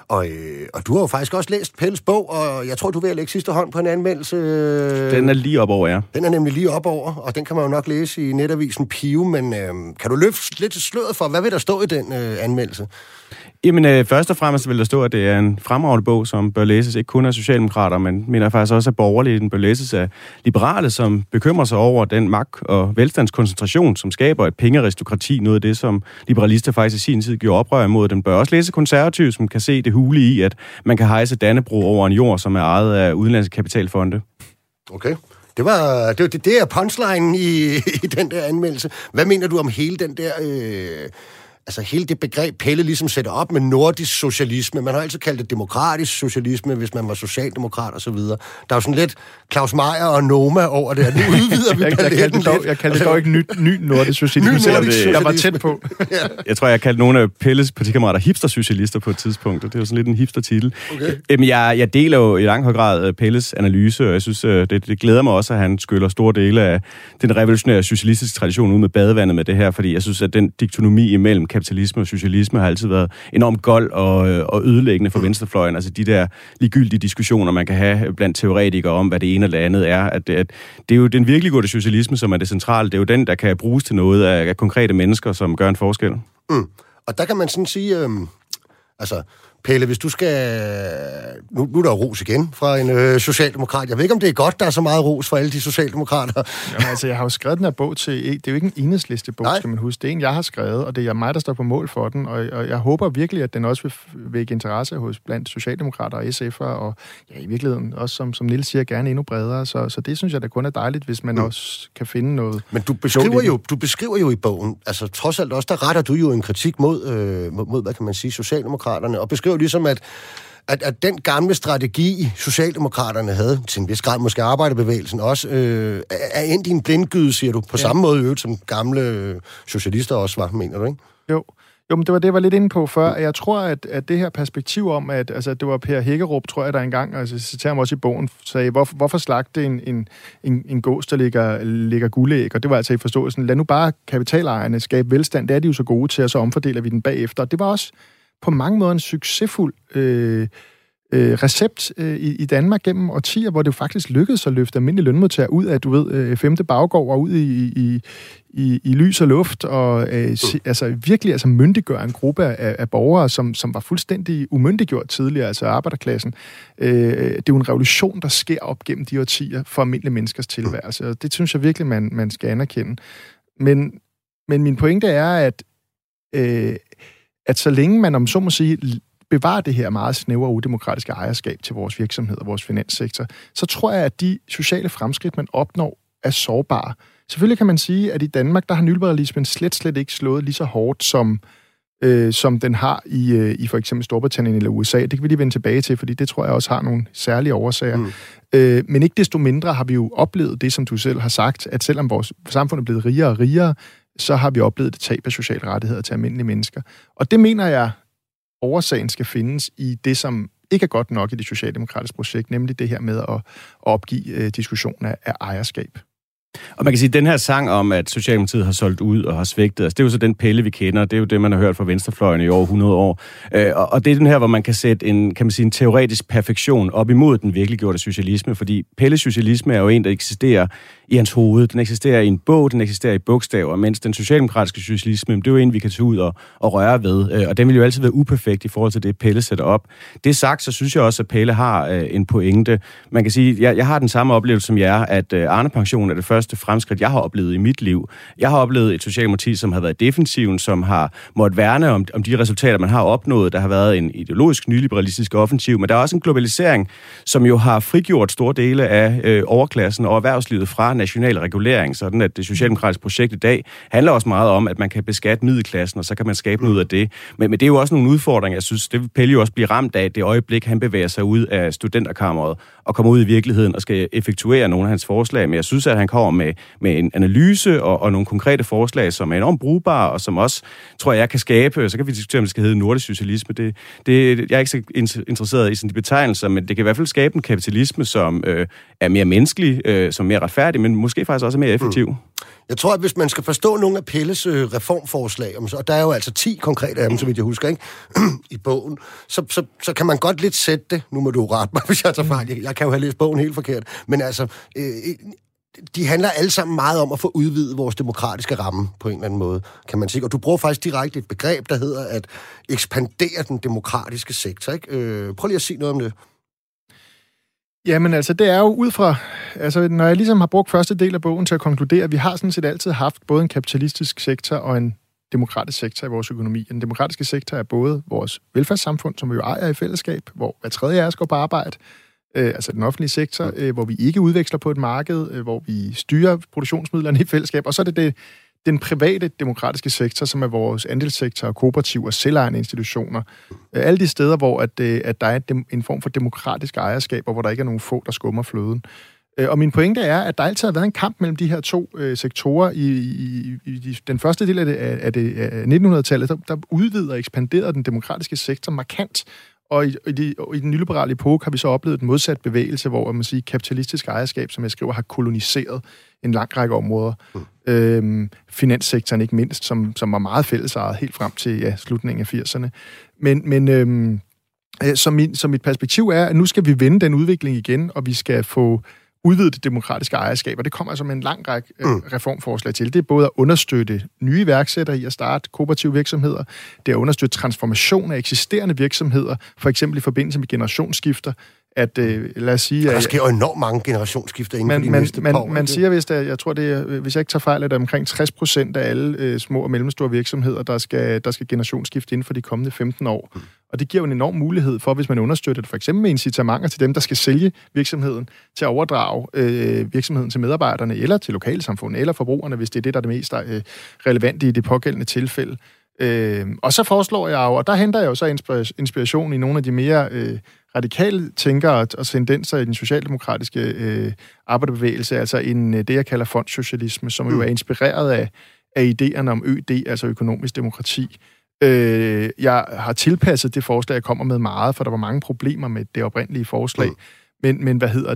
Speaker 1: Og du har jo faktisk også læst Pelles bog, og jeg tror, du er ved at lægge sidste hånd på en anmeldelse.
Speaker 3: Den er lige op over, ja.
Speaker 1: Den er nemlig lige op over, og den kan man jo nok læse i netavisen Pio, men kan du løfte lidt sløret for, hvad vil der stå i den anmeldelse?
Speaker 3: Jamen, først og fremmest vil der stå, at det er en fremragende bog, som bør læses ikke kun af socialdemokrater, men mener faktisk også af borgerlige. Den bør læses af liberale, som bekymrer sig over den magt- og velstandskoncentration, som skaber et pengearistokrati, noget af det, som liberalister faktisk i sin tid gjorde oprør imod. Den bør også læse konservative, som kan se det hule i, at man kan hejse Dannebrog over en jord, som er ejet af udenlandske kapitalfonde.
Speaker 1: Okay. Det er punchline i den der anmeldelse. Hvad mener du om hele den der... Altså hele det begreb, Pelle ligesom sætter op med nordisk socialisme. Man har altid kaldt det demokratisk socialisme, hvis man var socialdemokrat og så videre. Der er jo sådan lidt Claus Meyer og Noma over det, og nu udvider vi paletten lidt.
Speaker 2: Jeg kaldte det dog ikke ny nordisk socialisme, selvom jeg var tæt på.
Speaker 3: Ja. Jeg tror, jeg kaldte nogle af Pelles partikammerater hipster-socialister på et tidspunkt, og det er jo sådan lidt en hipster-titel. Okay. Jeg deler jo i lang høj grad Pelles analyse, og jeg synes, det glæder mig også, at han skyller store dele af den revolutionære socialistiske tradition ud med badevandet med det her, fordi jeg synes, at den diktonomi imellem kapitalisme og socialisme har altid været enormt gold og ødelæggende for venstrefløjen. Altså de der ligegyldige diskussioner, man kan have blandt teoretikere om, hvad det ene eller andet er. At det er jo den virkelig gode socialisme, som er det centrale. Det er jo den, der kan bruges til noget af konkrete mennesker, som gør en forskel.
Speaker 1: Og der kan man sådan sige... Pelle, hvis du skal... Nu er der jo ros igen fra en socialdemokrat. Jeg ved ikke, om det er godt, der er så meget ros for alle de socialdemokrater.
Speaker 2: Jamen, altså, jeg har jo skrevet den her bog til... Det er jo ikke en Enhedslistebog, skal man huske. Det er en, jeg har skrevet, og det er mig, der står på mål for den. Og jeg håber virkelig, at den også vil vække interesse hos blandt socialdemokrater og SF'ere, og i virkeligheden også, som Niels siger, gerne endnu bredere. Så det synes jeg da kun er dejligt, hvis man også kan finde noget... Men
Speaker 1: du beskriver jo i bogen, altså trods alt også, der retter du jo en kritik mod hvad kan man sige, socialdemokraterne, og beskriver ligesom, at den gamle strategi, socialdemokraterne havde, til en vis grad måske arbejderbevægelsen også, er endt i en blindgyde, siger du, på samme måde i øvrigt, som gamle socialister også var, mener du, ikke?
Speaker 2: Jo, men det var det, jeg var lidt inde på før. Jeg tror, at det her perspektiv om, at altså, det var Per Hækkerup, tror jeg, der engang, altså jeg citerer mig også i bogen, sagde, hvorfor slagte en gås, der ligger guldæg? Og det var altså i forståelsen, lad nu bare kapitalejerne skabe velstand, det er de jo så gode til, og så omfordeler vi den bagefter. Og det var også på mange måder en succesfuld recept i Danmark gennem årtier, hvor det jo faktisk lykkedes at løfte almindelige lønmodtagere ud af, du ved, femte baggård og ud i lys og luft, og virkelig myndiggøre en gruppe af borgere, som var fuldstændig umyndiggjort tidligere, altså arbejderklassen. Det er jo en revolution, der sker op gennem de årtier for almindelige menneskers tilværelse, og det synes jeg virkelig, man skal anerkende. Men min pointe er, at så længe man, om så må sige, bevarer det her meget snævre og udemokratiske ejerskab til vores virksomhed og vores finanssektor, så tror jeg, at de sociale fremskridt, man opnår, er sårbare. Selvfølgelig kan man sige, at i Danmark, der har nyliberalismen slet ikke slået lige så hårdt, som den har i for eksempel Storbritannien eller USA. Det kan vi lige vende tilbage til, fordi det tror jeg også har nogle særlige årsager. Men ikke desto mindre har vi jo oplevet det, som du selv har sagt, at selvom vores samfund er blevet rigere og rigere, så har vi oplevet det tab af sociale rettigheder til almindelige mennesker. Og det mener jeg, årsagen skal findes i det, som ikke er godt nok i det socialdemokratiske projekt, nemlig det her med at opgive diskussionen af ejerskab.
Speaker 3: Og man kan sige, at den her sang om, at Socialdemokratiet har solgt ud og har svigtet, altså det er jo så den Pelle, vi kender, det er jo det, man har hørt fra venstrefløjen i over 100 år. Og det er den her, hvor man kan sætte en teoretisk perfektion op imod den virkeliggjorte socialisme, fordi Pelles socialisme er jo en, der eksisterer i hans hoved. Den eksisterer i en bog, den eksisterer i bogstaver, mens den socialdemokratiske socialisme, det er jo en, vi kan tage ud og røre ved, og den vil jo altid være uperfekt i forhold til det, Pelle sætter op. Det sagt, så synes jeg også, at Pelle har en pointe. Man kan sige, jeg har den samme oplevelse som jer, at Arne-pension er det første fremskridt, jeg har oplevet i mit liv. Jeg har oplevet et socialdemokrati, som har været defensiven, som har måttet værne om de resultater, man har opnået. Der har været en ideologisk nyliberalistisk offensiv, men der er også en globalisering, som jo har frigjort store dele af overklassen og erhvervslivet fra national regulering, sådan at det socialdemokratiske projekt i dag handler også meget om, at man kan beskatte middelklassen, og så kan man skabe noget ud af det. Men det er jo også nogle udfordringer, jeg synes, det vil Pelle jo også blive ramt af, det øjeblik, han bevæger sig ud af studenterkammeret og kommer ud i virkeligheden og skal effektuere nogle af hans forslag. Men jeg synes, at han kommer med en analyse og nogle konkrete forslag, som er enormt brugbare, og som også, tror jeg, kan skabe, så kan vi diskutere, om det skal hedde nordisk socialisme. Jeg er ikke så interesseret i sådan de betegnelser, men det kan i hvert fald skabe en kapitalisme, som er mere menneskelig, som er mere retfærdig, men måske faktisk også er mere effektiv.
Speaker 1: Jeg tror, at hvis man skal forstå nogle af Pelles reformforslag, og der er jo altså 10 konkrete af dem, så vidt jeg husker, ikke? I bogen, så kan man godt lidt sætte det. Nu må du rette mig, hvis jeg tager fejl. Jeg kan jo have læst bogen helt forkert. Men altså, de handler alle sammen meget om at få udvidet vores demokratiske ramme på en eller anden måde, kan man sige. Og du bruger faktisk direkte et begreb, der hedder at ekspandere den demokratiske sektor, ikke? Prøv lige at sige noget om det.
Speaker 2: Jamen altså, det er jo ud fra, altså når jeg ligesom har brugt første del af bogen til at konkludere, at vi har sådan set altid haft både en kapitalistisk sektor og en demokratisk sektor i vores økonomi. Den demokratiske sektor er både vores velfærdssamfund, som vi jo ejer i fællesskab, hvor hver tredje af os går på arbejde, altså den offentlige sektor, hvor vi ikke udveksler på et marked, hvor vi styrer produktionsmidlerne i fællesskab, og så er det den private demokratiske sektor, som er vores andelssektor, kooperativer og selvejende institutioner. Alle de steder, hvor at der er en form for demokratisk ejerskab, og hvor der ikke er nogen få, der skummer fløden. Og min pointe er, at der altid har været en kamp mellem de her to sektorer. I den første del af 1900-tallet, der udvidede og ekspanderede den demokratiske sektor markant. Og i den nyliberale epoke har vi så oplevet en modsat bevægelse, hvor man siger, kapitalistisk ejerskab, som jeg skriver, har koloniseret en lang række områder. Finanssektoren ikke mindst, som var meget fællesejet helt frem til slutningen af 80'erne. Men så mit perspektiv er, at nu skal vi vende den udvikling igen, og vi skal få udvidet det demokratiske ejerskab, og det kommer som en lang række reformforslag til. Det er både at understøtte nye iværksættere i at starte kooperative virksomheder, det er at understøtte transformation af eksisterende virksomheder, for eksempel i forbindelse med generationsskifter, at lad os sige...
Speaker 1: Der sker jo enormt mange generationsskifter inden for de næste par år.
Speaker 2: Man siger, hvis jeg ikke tager fejl, at der er omkring 60% af alle små og mellemstore virksomheder, der skal generationsskifte inden for de kommende 15 år. Og det giver jo en enorm mulighed for, hvis man understøtter det, for eksempel med incitamenter til dem, der skal sælge virksomheden, til at overdrage virksomheden til medarbejderne, eller til lokalsamfundet, eller forbrugerne, hvis det er det, der er det mest relevante i det pågældende tilfælde. Og så foreslår jeg jo, og der henter jeg jo så inspiration i nogle af de mere radikale tænkere og tendenser i den socialdemokratiske arbejderbevægelse, altså det, jeg kalder fondssocialisme, som jo er inspireret af idéerne om ØD, altså økonomisk demokrati. Jeg har tilpasset det forslag, jeg kommer med meget, for der var mange problemer med det oprindelige forslag. Men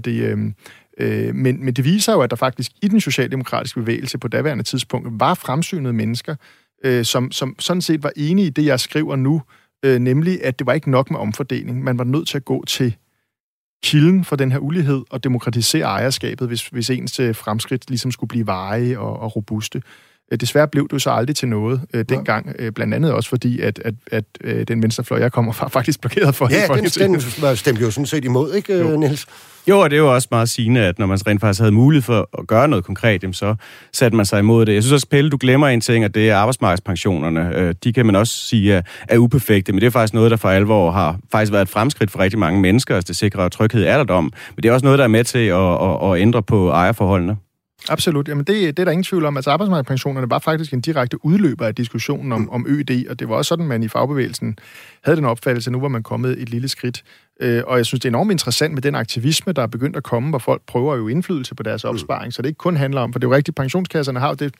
Speaker 2: det viser jo, at der faktisk i den socialdemokratiske bevægelse på daværende tidspunkt var fremsynede mennesker, som sådan set var enige i det, jeg skriver nu, nemlig at det var ikke nok med omfordeling. Man var nødt til at gå til kilden for den her ulighed og demokratisere ejerskabet, hvis ens fremskridt ligesom skulle blive varige og robuste. Desværre blev det jo så aldrig til noget dengang, blandt andet også fordi, at den venstrefløj, jeg kommer fra, faktisk blokerede for det.
Speaker 1: Ja, den stemte jo sådan set imod, ikke, Niels?
Speaker 3: Jo, og det er jo også meget sigende, at når man rent faktisk havde mulighed for at gøre noget konkret, jamen, så satte man sig imod det. Jeg synes også, Pelle, du glemmer en ting, at det er arbejdsmarkedspensionerne. De kan man også sige er uperfekte, men det er faktisk noget, der for alvor har faktisk været et fremskridt for rigtig mange mennesker. Altså, det sikrer tryghed i alderdom, men det er også noget, der er med til at ændre på ejerforholdene.
Speaker 2: Absolut. Jamen det er der ingen tvivl om. Altså arbejdsmarkedspensionerne var faktisk en direkte udløber af diskussionen om ØD, og det var også sådan, man i fagbevægelsen havde den opfattelse, nu var man kommet et lille skridt. Og jeg synes, det er enormt interessant med den aktivisme, der er begyndt at komme, hvor folk prøver jo indflydelse på deres opsparing, så det ikke kun handler om, for det er jo rigtigt, pensionskasserne har jo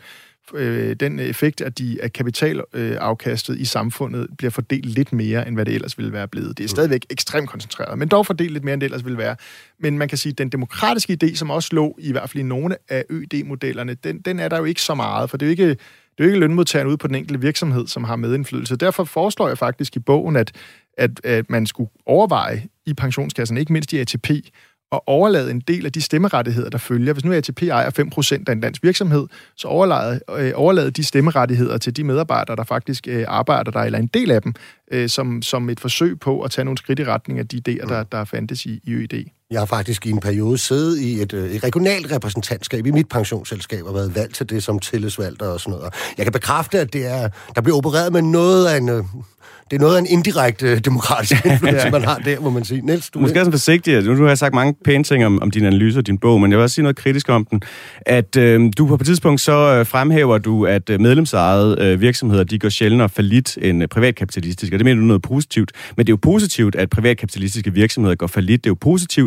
Speaker 2: den effekt, at kapitalafkastet i samfundet bliver fordelt lidt mere, end hvad det ellers ville være blevet. Det er stadigvæk ekstremt koncentreret, men dog fordelt lidt mere, end det ellers ville være. Men man kan sige, at den demokratiske idé, som også lå i hvert fald i nogle af ØD-modellerne, den er der jo ikke så meget, for det er jo ikke lønmodtagerne ude på den enkelte virksomhed, som har medindflydelse. Derfor foreslår jeg faktisk i bogen, at man skulle overveje i pensionskassen, ikke mindst i ATP, og overlade en del af de stemmerettigheder, der følger. Hvis nu ATP ejer 5% af en dansk virksomhed, så overlade de stemmerettigheder til de medarbejdere, der faktisk arbejder der, eller en del af dem, som et forsøg på at tage nogle skridt i retning af de idéer, der fandtes i ØD.
Speaker 1: Jeg har faktisk i en periode siddet i et regionalt repræsentantskab i mit pensionsselskab og været valgt til det som tillidsvalgter og sådan noget. Jeg kan bekræfte, at der bliver opereret med noget af en... Det er noget af en indirekte demokratisk indflydelse, man har der, må man sige. Niels, du
Speaker 3: måske er sådan forsigtig. Nu har jeg sagt mange pæne ting om din analyse og din bog, men jeg vil også sige noget kritisk om den. At du på et tidspunkt så fremhæver du, at medlemsejede virksomheder, de går sjældnere fallit end privatkapitalistiske, og det mener du noget positivt. Men det er jo positivt, at privatkapitalistiske virksomheder går fallit. Det er jo positivt,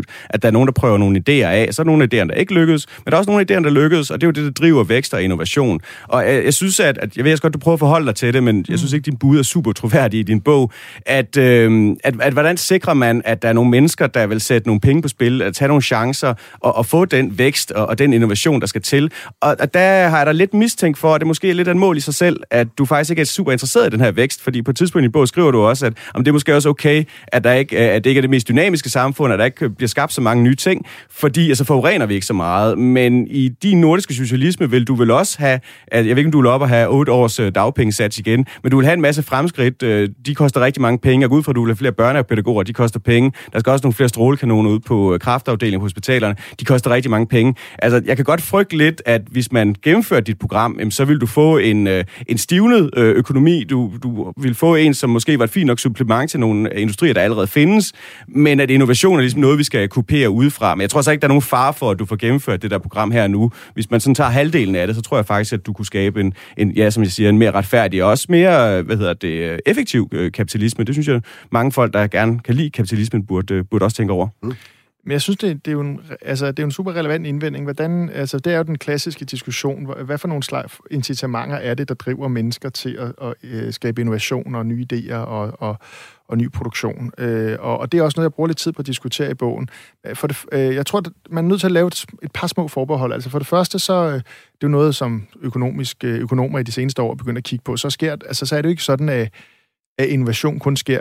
Speaker 3: at der er nogen, der prøver nogle idéer af. Så er der nogle idéer, der ikke lykkes, men der er også nogle idéer, der lykkes, og det er jo det, der driver vækst og innovation. Og jeg synes, at jeg ved godt, du prøver at forholde dig til det, men jeg synes ikke, din bud er super troværdig i din bog. At hvordan sikrer man, at der er nogle mennesker, der vil sætte nogle penge på spil, at tage nogle chancer og få den vækst og den innovation, der skal til. Og der har jeg da lidt mistænkt for, at det måske er lidt af et mål i sig selv, at du faktisk ikke er super interesseret i den her vækst, fordi på et tidspunkt i din bog skriver du også, at om det er måske også okay, at det ikke er det mest dynamiske samfund, at der ikke bliver skabt så mange nye ting, fordi så forurener vi ikke så meget. Men i din nordiske socialisme vil du vel også have, jeg ved ikke, om du vil op og have 8 års dagpengesats igen, men du vil have en masse fremskridt. De koster rigtig mange penge, og ud fra, at du vil have flere børnepædagoger, de koster penge. Der skal også nogle flere strålekanoner ud på kræftafdelingen på hospitalerne. De koster rigtig mange penge. Altså, jeg kan godt frygte lidt, at hvis man gennemfører dit program, så vil du få en stivnet økonomi. Du vil få en, som måske var et fint nok supplement til nogle industrier, der allerede findes, men at innovation er ligesom noget, vi skal kopiere udefra. Men jeg tror så ikke, der er nogen fare for, at du får gennemført det der program her nu. Hvis man sådan tager halvdelen af det, så tror jeg faktisk, at du kunne skabe som jeg siger, en mere retfærdig og også mere, effektiv kapitalisme. Det synes jeg, mange folk, der gerne kan lide kapitalismen, burde også tænke over.
Speaker 2: Men jeg synes, det er jo en super relevant indvending. Det er jo den klassiske diskussion. Hvad for nogle slags incitamenter er det, der driver mennesker til at skabe innovation og nye idéer og ny produktion? Og det er også noget, jeg bruger lidt tid på at diskutere i bogen. Jeg tror, at man er nødt til at lave et par små forbehold. Altså for det første, så det er jo noget, som økonomer i de seneste år begynder at kigge på. Så er det jo ikke sådan, at innovation kun sker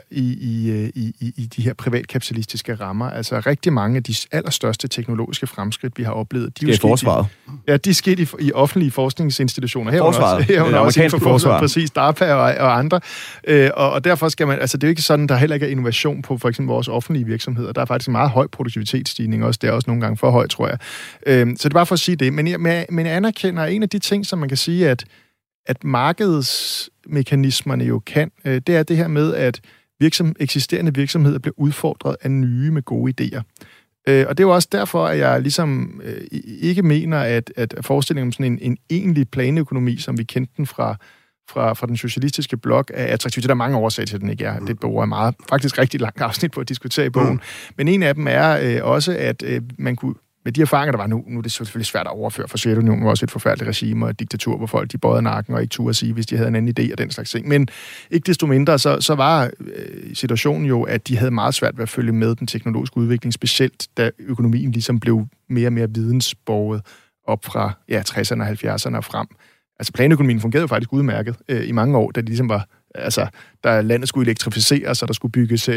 Speaker 2: i de her privatkapitalistiske rammer. Altså rigtig mange af de allerstørste teknologiske fremskridt, vi har oplevet, de er
Speaker 3: forsvaret.
Speaker 2: De er sket i offentlige forskningsinstitutioner.
Speaker 3: Herunder også inden for forsvaret.
Speaker 2: Præcis, DARPA og andre. Og derfor skal man, altså det er jo ikke sådan, der heller ikke er innovation på for eksempel vores offentlige virksomheder. Der er faktisk en meget høj produktivitetsstigning også. Det er også nogle gange for højt, tror jeg. Så det er bare for at sige det. Men jeg anerkender en af de ting, som man kan sige, at markedsmekanismerne jo kan, det er det her med, at eksisterende virksomheder bliver udfordret af nye med gode idéer. Og det er jo også derfor, at jeg ligesom ikke mener, at forestillingen om sådan en egentlig planøkonomi, som vi kendte den fra den socialistiske blok, er attraktiv. Det er der mange årsager til, at den ikke er. Det bruger jeg faktisk rigtig langt afsnit på at diskutere i bogen. Men en af dem er også, at man kunne med de erfaringer, der var nu er det selvfølgelig svært at overføre, for Sovjetunionen var også et forfærdeligt regime og et diktatur, hvor folk de bøjede nakken og ikke turde sige, hvis de havde en anden idé og den slags ting. Men ikke desto mindre, så var situationen jo, at de havde meget svært ved at følge med den teknologiske udvikling, specielt da økonomien ligesom blev mere og mere vidensborget op fra 60'erne og 70'erne og frem. Altså planøkonomien fungerede jo faktisk udmærket i mange år, da det ligesom var der landet skulle elektrificeres, og der skulle bygges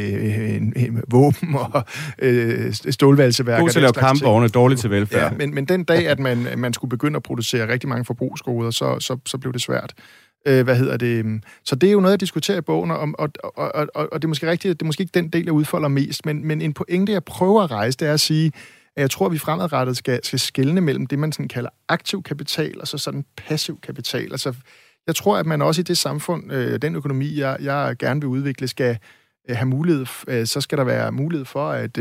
Speaker 2: våben og stålvalseværker.
Speaker 3: God til at lave kampvogne, dårligt til velfærd.
Speaker 2: Ja, men den dag, at man skulle begynde at producere rigtig mange forbrugsgoder, så blev det svært. Så det er jo noget, jeg diskuterer i bogen, og det er måske rigtigt, det er måske ikke den del, jeg udfolder mest, men en pointe, jeg prøver at rejse, det er at sige, at jeg tror, at vi fremadrettet skal skelne mellem det, man sådan kalder aktiv kapital, og så sådan passiv kapital. Altså, jeg tror, at man også i det samfund, den økonomi, jeg gerne vil udvikle, skal have mulighed, så skal der være mulighed for, at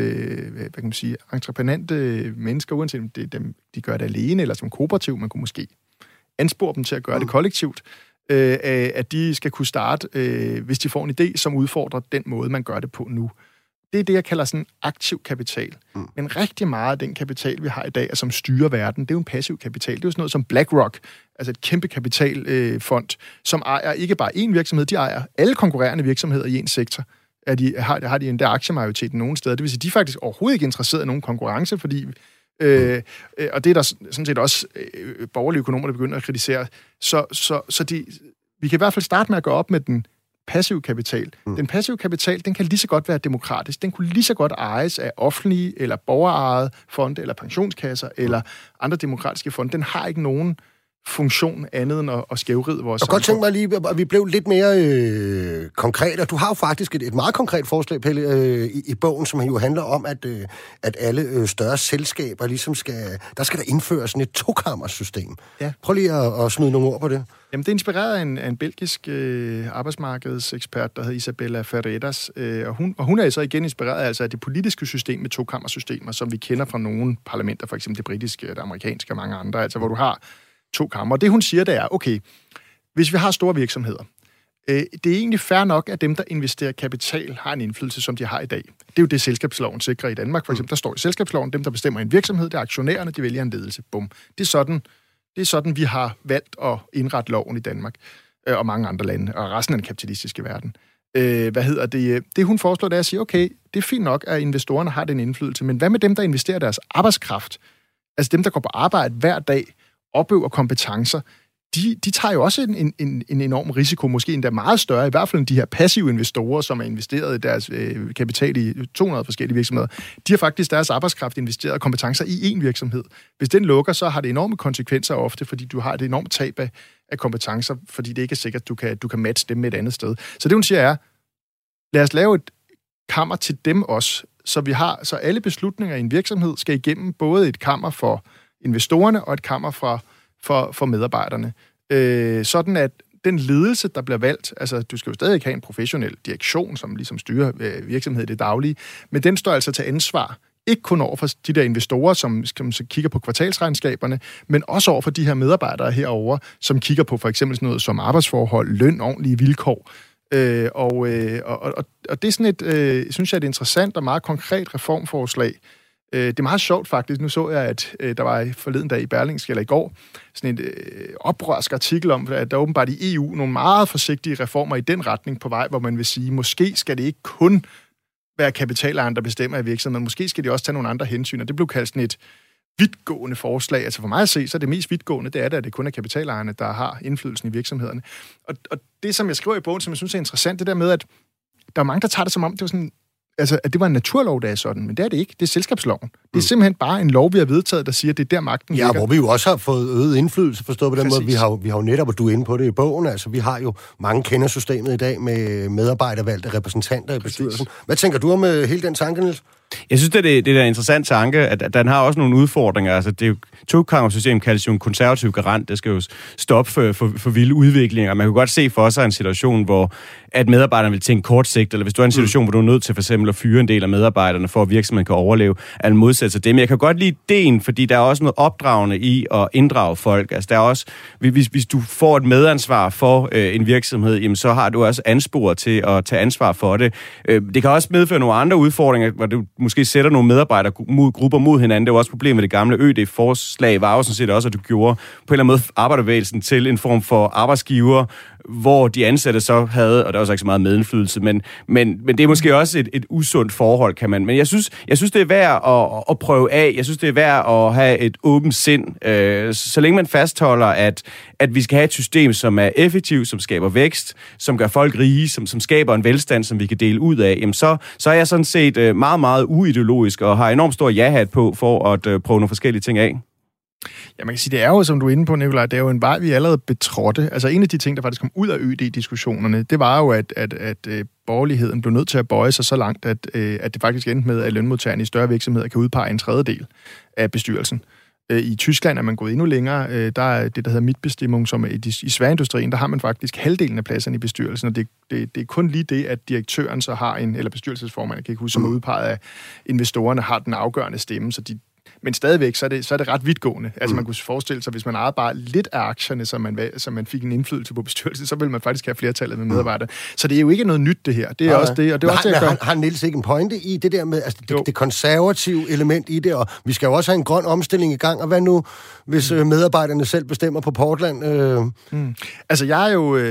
Speaker 2: entreprenante mennesker, uanset om de gør det alene eller som kooperativ, man kunne måske anspore dem til at gøre det kollektivt, at de skal kunne starte, hvis de får en idé, som udfordrer den måde, man gør det på nu. Det er det, jeg kalder sådan aktiv kapital. Men rigtig meget af den kapital, vi har i dag, og som styrer verden, det er jo en passiv kapital. Det er jo sådan noget som BlackRock, altså et kæmpe kapitalfond, som ejer ikke bare én virksomhed, de ejer alle konkurrerende virksomheder i en sektor. Har de endda aktiemajoriteten nogle steder. Det vil sige, de er faktisk overhovedet ikke interesseret i nogen konkurrence, fordi og det er der sådan set også borgerlige økonomer, der begynder at kritisere. Så vi kan i hvert fald starte med at gå op med den passiv kapital. Den passive kapital, den kan lige så godt være demokratisk. Den kunne lige så godt ejes af offentlige eller borgerejede fonde eller pensionskasser eller andre demokratiske fonde. Den har ikke nogen funktion andet end at skævride vores samfund.
Speaker 1: Jeg kan godt tænke mig lige, at vi blev lidt mere konkret, du har jo faktisk et meget konkret forslag, Pelle, i bogen, som jo handler om, at alle større selskaber ligesom skal der indføres sådan et tokammersystem. Ja. Prøv lige at smide nogle ord på det.
Speaker 2: Jamen, det er inspireret af en belgisk arbejdsmarkedsekspert, der hedder Isabella Ferreiras, og hun er så igen inspireret altså af det politiske system med tokammersystemer, som vi kender fra nogle parlamenter, for eksempel det britiske, det amerikanske og mange andre, altså hvor du har to kammer. Og det hun siger, det er, okay, hvis vi har store virksomheder, Det er egentlig fair nok, at dem, der investerer kapital, har en indflydelse, som de har i dag. Det er jo det, selskabsloven sikrer i Danmark. For eksempel, der står i selskabsloven, dem, der bestemmer en virksomhed, det er aktionærerne, de vælger en ledelse. Bum. Det er sådan, vi har valgt at indrette loven i Danmark og mange andre lande, og resten af den kapitalistiske verden. Det hun foreslår, det er at sige, okay, det er fint nok, at investorerne har den indflydelse, men hvad med dem, der investerer deres arbejdskraft? Altså dem, der går på arbejde hver dag, opøver kompetencer, de tager jo også en enorm risiko, måske endda meget større, i hvert fald end de her passive investorer, som er investeret i deres kapital i 200 forskellige virksomheder. De har faktisk deres arbejdskraft investeret kompetencer i én virksomhed. Hvis den lukker, så har det enorme konsekvenser ofte, fordi du har et enormt tab af kompetencer, fordi det ikke er sikkert, at du kan matche dem med et andet sted. Så det, hun siger, er, lad os lave et kammer til dem også, så alle beslutninger i en virksomhed skal igennem både et kammer for investorerne og et kammer for medarbejderne. Sådan at den ledelse, der bliver valgt, altså du skal jo stadig have en professionel direktion, som ligesom styrer virksomheden i det daglige, men den står altså til ansvar, ikke kun over for de der investorer, som kigger på kvartalsregnskaberne, men også over for de her medarbejdere herover, som kigger på for eksempel sådan noget som arbejdsforhold, løn, ordentlige vilkår. Og det er sådan et, synes jeg, et interessant og meget konkret reformforslag. Det er meget sjovt faktisk. Nu så jeg, at der var forleden dag i Berlingske, eller i går, sådan et oprørsk artikel om, at der åbenbart i EU nogle meget forsigtige reformer i den retning på vej, hvor man vil sige, måske skal det ikke kun være kapitalejerne, der bestemmer i virksomheden, men måske skal de også tage nogle andre hensyn, og det blev kaldt sådan et vidtgående forslag. Altså for mig at se, så er det mest vidtgående, det er det, at det kun er kapitalejerne, der har indflydelsen i virksomhederne. Og det, som jeg skriver i bogen, som jeg synes er interessant, det der med, at der er mange, der tager det som om, det var sådan, altså, at det var en naturlov, der er sådan, men det er det ikke. Det er selskabsloven. Det er simpelthen bare en lov, vi har vedtaget, der siger, at det er der magten ligger.
Speaker 1: Ja, hvor vi jo også har fået øget indflydelse, forstået på den måde. Vi har jo netop, og du er inde på det i bogen, altså vi har jo mange kender systemet i dag med medarbejdervalgte repræsentanter i bestyrelsen. Hvad tænker du om hele den tanke, Niels?
Speaker 3: Jeg synes, det er en interessant tanke, at den har også nogle udfordringer. Altså, det tokammersystem kaldes jo en konservativ garant. Det skal jo stoppe for vilde udviklinger. Man kan godt se for sig en situation, hvor at medarbejderne vil tænke kortsigt, eller hvis du er i en situation, hvor du er nødt til for eksempel at fyre en del af medarbejderne, for at virksomheden kan overleve, eller modsætte sig det. Men jeg kan godt lide ideen, fordi der er også noget opdragende i at inddrage folk. Altså, der er også, hvis du får et medansvar for en virksomhed, jamen, så har du også anspor til at tage ansvar for det. Det kan også medføre nogle andre udfordringer, hvor du måske sætter nogle medarbejdergrupper mod hinanden. Det var også problemet med det gamle ØD-forslag, var jo sådan set også, at du gjorde på en eller anden måde arbejderbevægelsen til en form for arbejdsgiver, hvor de ansatte så havde, og der var så ikke så meget medindflydelse, men det er måske også et usundt forhold, kan man. Men jeg synes det er værd at prøve af. Jeg synes, det er værd at have et åbent sind. Så længe man fastholder, at vi skal have et system, som er effektivt, som skaber vækst, som gør folk rige, som skaber en velstand, som vi kan dele ud af, jamen så er jeg sådan set meget, meget uideologisk og har enormt stor ja-hat på for at prøve nogle forskellige ting af.
Speaker 2: Ja, man kan sige, det er jo, som du er inde på, Nikolaj, det er jo en vej, vi allerede betrådte. Altså en af de ting, der faktisk kom ud af ØD-diskussionerne, det var jo, at borgerligheden blev nødt til at bøje sig så langt, at det faktisk endte med, at lønmodtagerne i større virksomheder kan udpege en tredjedel af bestyrelsen. I Tyskland er man gået endnu længere. Der er det, der hedder Mitbestimmung, som i sværindustrien, der har man faktisk halvdelen af pladserne i bestyrelsen, og det er kun lige det, at direktøren så har eller bestyrelsesformand, jeg kan ikke huske, som er udpeget af investorerne, har den afgørende stemme, men stadigvæk, så er det ret vidtgående. Altså man kunne forestille sig, hvis man ejede bare lidt af aktierne, så man fik en indflydelse på bestyrelsen, så ville man faktisk have flertallet med medarbejdere. Så det er jo ikke noget nyt, det her. Det er også det, og det er også det,
Speaker 1: har Niels ikke en pointe i det der med altså det konservative element i det, og vi skal jo også have en grøn omstilling i gang, og hvad nu, hvis medarbejderne selv bestemmer på Portland?
Speaker 2: Altså jeg er jo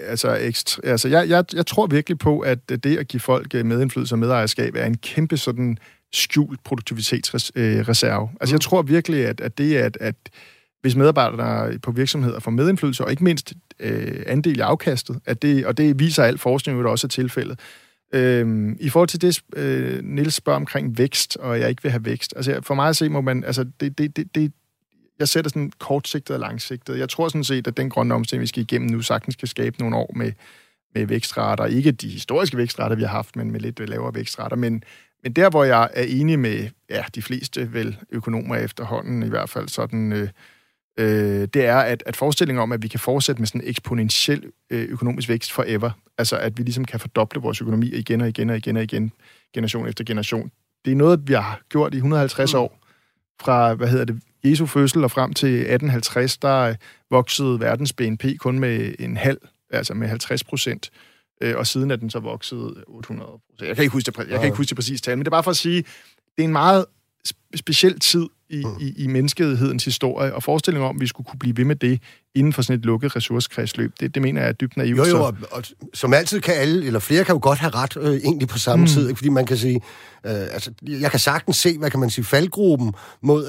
Speaker 2: jeg tror virkelig på, at det at give folk medindflydelse og medejerskab er en kæmpe sådan skjult produktivitetsreserve. Altså jeg tror virkelig, at det er, at hvis medarbejdere på virksomheder får medindflydelse, og ikke mindst andel i afkastet, og det viser al forskning jo også er tilfældet. I forhold til det, Niels spørger omkring vækst, og jeg ikke vil have vækst. Altså for mig at se, må man, altså jeg sætter sådan kortsigtet og langsigtet. Jeg tror sådan set, at den grønne omstilling, vi skal igennem nu, sagtens kan skabe nogle år med vækstrater. Ikke de historiske vækstrater, vi har haft, men med lidt lavere vækstrater. Men der, hvor jeg er enig med de fleste vel økonomer efterhånden, i hvert fald sådan, det er, at forestillingen om, at vi kan fortsætte med sådan en eksponentiel økonomisk vækst forever, altså at vi ligesom kan fordoble vores økonomi igen og igen og igen og igen, generation efter generation. Det er noget, vi har gjort i 150 år. Fra, Jesu fødsel og frem til 1850, der voksede verdens BNP kun med 0,5 altså med 50%, og siden er den så vokset 800%. Jeg kan ikke huske det præcise tal, men det er bare for at sige, det er en meget speciel tid i menneskehedens historie, og forestillingen om, at vi skulle kunne blive ved med det inden for sådan et lukket ressourcekredsløb, det mener jeg er dybt naivt.
Speaker 1: Jo, og som altid kan alle, eller flere kan jo godt have ret egentlig på samme tid, ikke? Fordi man kan sige, jeg kan sagtens se, hvad kan man sige, faldgruppen mod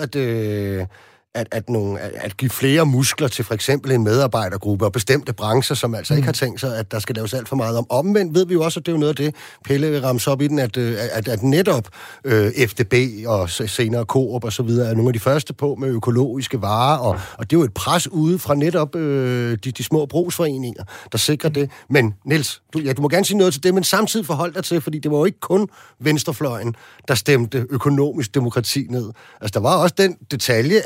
Speaker 1: at give flere muskler til for eksempel en medarbejdergruppe og bestemte brancher, som altså ikke har tænkt sig, at der skal laves alt for meget om. Omvendt ved vi jo også, at det er jo noget af det, Pelle ramser op i den, at netop FDB og senere Coop og så videre er nogle af de første på med økologiske varer, og det er jo et pres ude fra netop de små brugsforeninger, der sikrer det. Men Niels, du må gerne sige noget til det, men samtidig forhold dig til, fordi det var jo ikke kun venstrefløjen, der stemte økonomisk demokrati ned. Altså, der var også den detalje,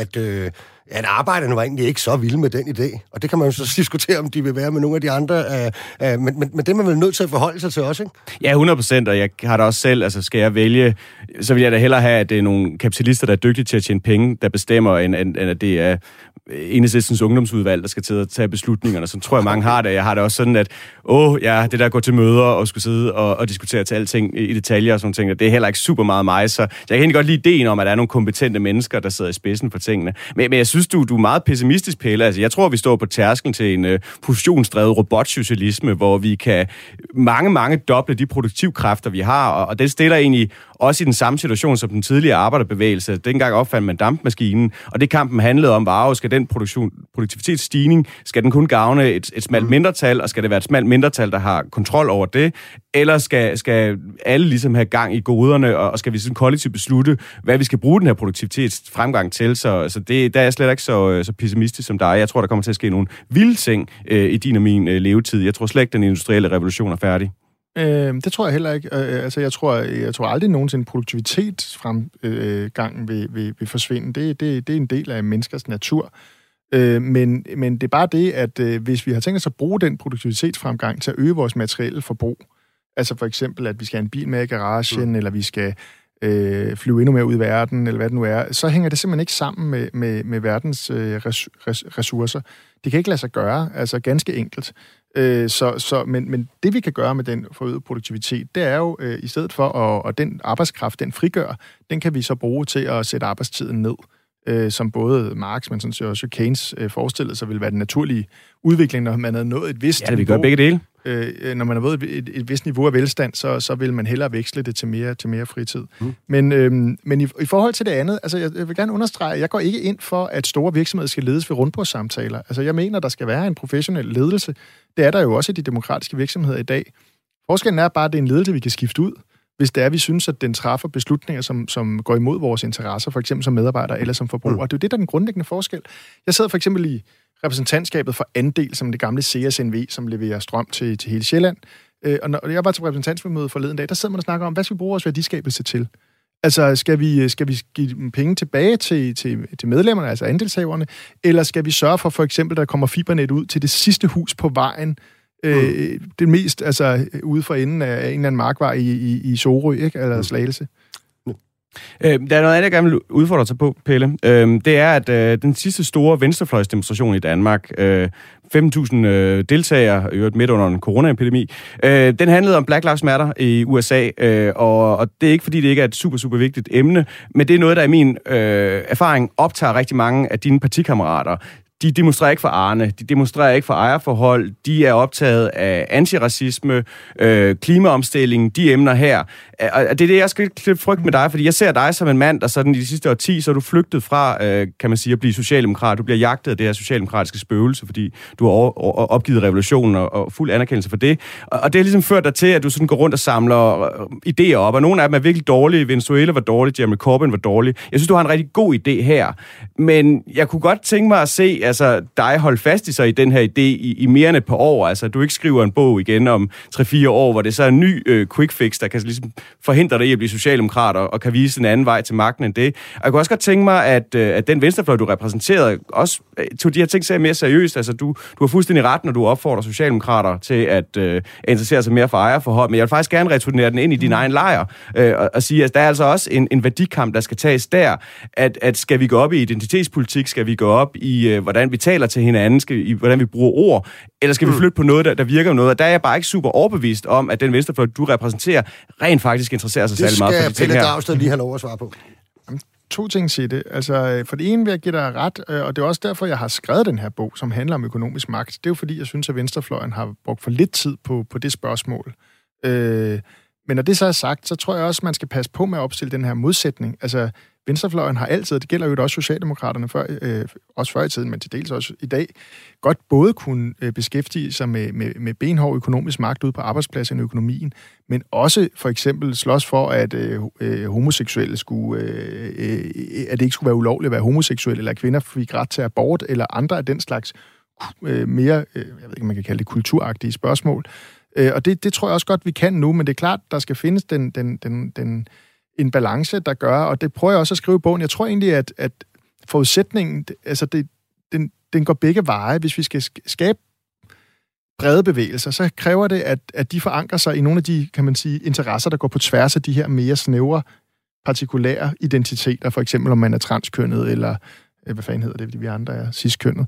Speaker 1: at arbejderne var egentlig ikke så vilde med den idé. Og det kan man jo så diskutere, om de vil være med nogle af de andre. Men det er man vel nødt til at forholde sig til også, ikke?
Speaker 3: Ja, 100%, og jeg har da også selv, altså skal jeg vælge, så vil jeg da hellere have, at det er nogle kapitalister, der er dygtige til at tjene penge, der bestemmer, end at det er Enhedslistens ungdomsudvalg, der skal til at tage beslutningerne. Så tror jeg, mange har det. Jeg har det også sådan, at det der går til møder og skulle sidde og diskutere til alting i detaljer og sådan ting, det er heller ikke super meget mig. Så jeg kan egentlig godt lide ideen om, at der er nogle kompetente mennesker, der sidder i spidsen for tingene. Men jeg synes, du er meget pessimistisk, Pelle. Altså, jeg tror, vi står på tærsklen til en fusionsdrevet robotsocialisme, hvor vi kan mange doble de produktivkræfter, vi har, og det stiller egentlig også i den samme situation som den tidligere arbejderbevægelse. Dengang opfandt man dampmaskinen, og det kampen handlede om, var skal den produktivitetsstigning, skal den kun gavne et smalt mindretal, og skal det være et smalt mindretal, der har kontrol over det, eller skal alle ligesom have gang i goderne, og skal vi sådan kollektivt beslutte, hvad vi skal bruge den her produktivitetsfremgang til, så der er jeg slet ikke så pessimistisk som dig. Jeg tror, der kommer til at ske nogle vilde ting i din og min levetid. Jeg tror slet ikke, den industrielle revolution er færdig.
Speaker 2: Det tror jeg heller ikke. Altså, jeg tror aldrig nogensinde produktivitetsfremgangen vil forsvinde. Det er en del af menneskers natur. Men det er bare det, at hvis vi har tænkt os at bruge den produktivitetsfremgang til at øge vores materielle forbrug, altså for eksempel, at vi skal have en bil med i garagen, eller vi skal flyve endnu mere ud i verden, eller hvad det nu er, så hænger det simpelthen ikke sammen med verdens ressourcer. Det kan ikke lade sig gøre, altså ganske enkelt. Men det vi kan gøre med den forøgede produktivitet, det er jo i stedet for, og den arbejdskraft, den frigør, den kan vi så bruge til at sætte arbejdstiden ned, som både Marx, men sådan set også Keynes forestillede sig ville være den naturlige udvikling, når man havde nået et vist
Speaker 3: niveau. Ja, vi gør begge dele.
Speaker 2: Når man har nået et vist niveau af velstand, så vil man hellere veksle det til mere fritid. Men i forhold til det andet, altså jeg vil gerne understrege, at jeg går ikke ind for, at store virksomheder skal ledes ved rundbordssamtaler. Altså jeg mener, der skal være en professionel ledelse. Det er der jo også i de demokratiske virksomheder i dag. Forskellen er bare, at det er en ledelse, vi kan skifte ud, hvis det er, vi synes, at den træffer beslutninger, som går imod vores interesser, for eksempel som medarbejdere eller som forbrugere. Det er jo det, der er den grundlæggende forskel. Jeg sad for eksempel i repræsentantskabet for Andel, som det gamle CSNV, som leverer strøm til hele Sjælland. Og når jeg var til repræsentantsmøde forleden dag, der sidder man og snakker om, hvad skal vi bruge vores værdiskabelse til? Altså, skal vi give penge tilbage til medlemmerne, altså andelshaverne, eller skal vi sørge for eksempel, der kommer fibernet ud til det sidste hus på vejen, det mest, altså ude for enden af en eller anden markvej i Sorø, ikke? Eller Slagelse?
Speaker 3: Der er noget andet, jeg gerne vil udfordre sig på, Pelle. Det er, at den sidste store venstrefløjsdemonstration i Danmark, 5.000 deltagere, midt under en coronaepidemi, den handlede om Black Lives Matter i USA, og det er ikke, fordi det ikke er et super vigtigt emne, men det er noget, der i min erfaring optager rigtig mange af dine partikammerater. De demonstrerer ikke for Arne, de demonstrerer ikke for ejerforhold, de er optaget af antiracisme, klimaomstilling, de emner her. Og det er det, jeg skal frygte med dig, fordi jeg ser dig som en mand, der sådan i de sidste årti, så er du flygtet fra, kan man sige, at blive socialdemokrat. Du bliver jagtet af det her socialdemokratiske spøgelse, fordi du har opgivet revolutionen og fuld anerkendelse for det. Og det har ligesom ført dig til, at du sådan går rundt og samler idéer op, og nogle af dem er virkelig dårlige. Venezuela var dårlig, Jeremy Corbyn var dårlig. Jeg synes, du har en rigtig god idé her. Men jeg kunne godt tænke mig at se dig holde fast i sig i den her idé i mere end et par år. Altså, du ikke skriver en bog igen om 3-4 år, hvor det så er en ny quick fix, der kan ligesom forhindre dig i at blive socialdemokrat og kan vise en anden vej til magten end det. Og jeg kunne også godt tænke mig, at den venstrefløj, du repræsenterede, også tog de her ting mere seriøst. Altså, du har fuldstændig ret, når du opfordrer socialdemokrater til at interessere sig mere for ejerforhold, men jeg vil faktisk gerne returnere den ind i din egen lejr og sige, at der er altså også en værdikamp, der skal tages der, at skal vi gå op i identitetspolitik, skal vi gå op i, hvordan hvordan vi taler til hinanden, hvordan vi bruger ord, eller skal vi flytte på noget, der virker noget? Og der er jeg bare ikke super overbevist om, at den venstrefløj, du repræsenterer, rent faktisk interesserer sig særlig meget for de ting her.
Speaker 1: Det skal Pelle Dragsted lige have lov at svare på.
Speaker 2: To ting siger det. Altså, for det ene vil jeg give dig ret, og det er også derfor, jeg har skrevet den her bog, som handler om økonomisk magt. Det er jo fordi, jeg synes, at venstrefløjen har brugt for lidt tid på det spørgsmål. Men når det så er sagt, så tror jeg også, man skal passe på med at opstille den her modsætning. Altså, venstrefløjen har altid, det gælder jo også Socialdemokraterne, også før i tiden, men til dels også i dag, godt både kunne beskæftige sig med benhård økonomisk magt ude på arbejdspladsen i økonomien, men også for eksempel slås for, at homoseksuelle at det ikke skulle være ulovligt at være homoseksuel, eller at kvinder fik ret til abort, eller andre af den slags mere, jeg ved ikke, om man kan kalde det kulturagtige spørgsmål. Og det tror jeg også godt, vi kan nu, men det er klart, der skal findes en balance, der gør, og det prøver jeg også at skrive i bogen. Jeg tror egentlig, at forudsætningen, altså den går begge veje. Hvis vi skal skabe brede bevægelser, så kræver det, at de forankrer sig i nogle af de, kan man sige, interesser, der går på tværs af de her mere snævre, partikulære identiteter, for eksempel om man er transkønnet, eller hvad fanden hedder det, fordi vi andre er ciskønnet.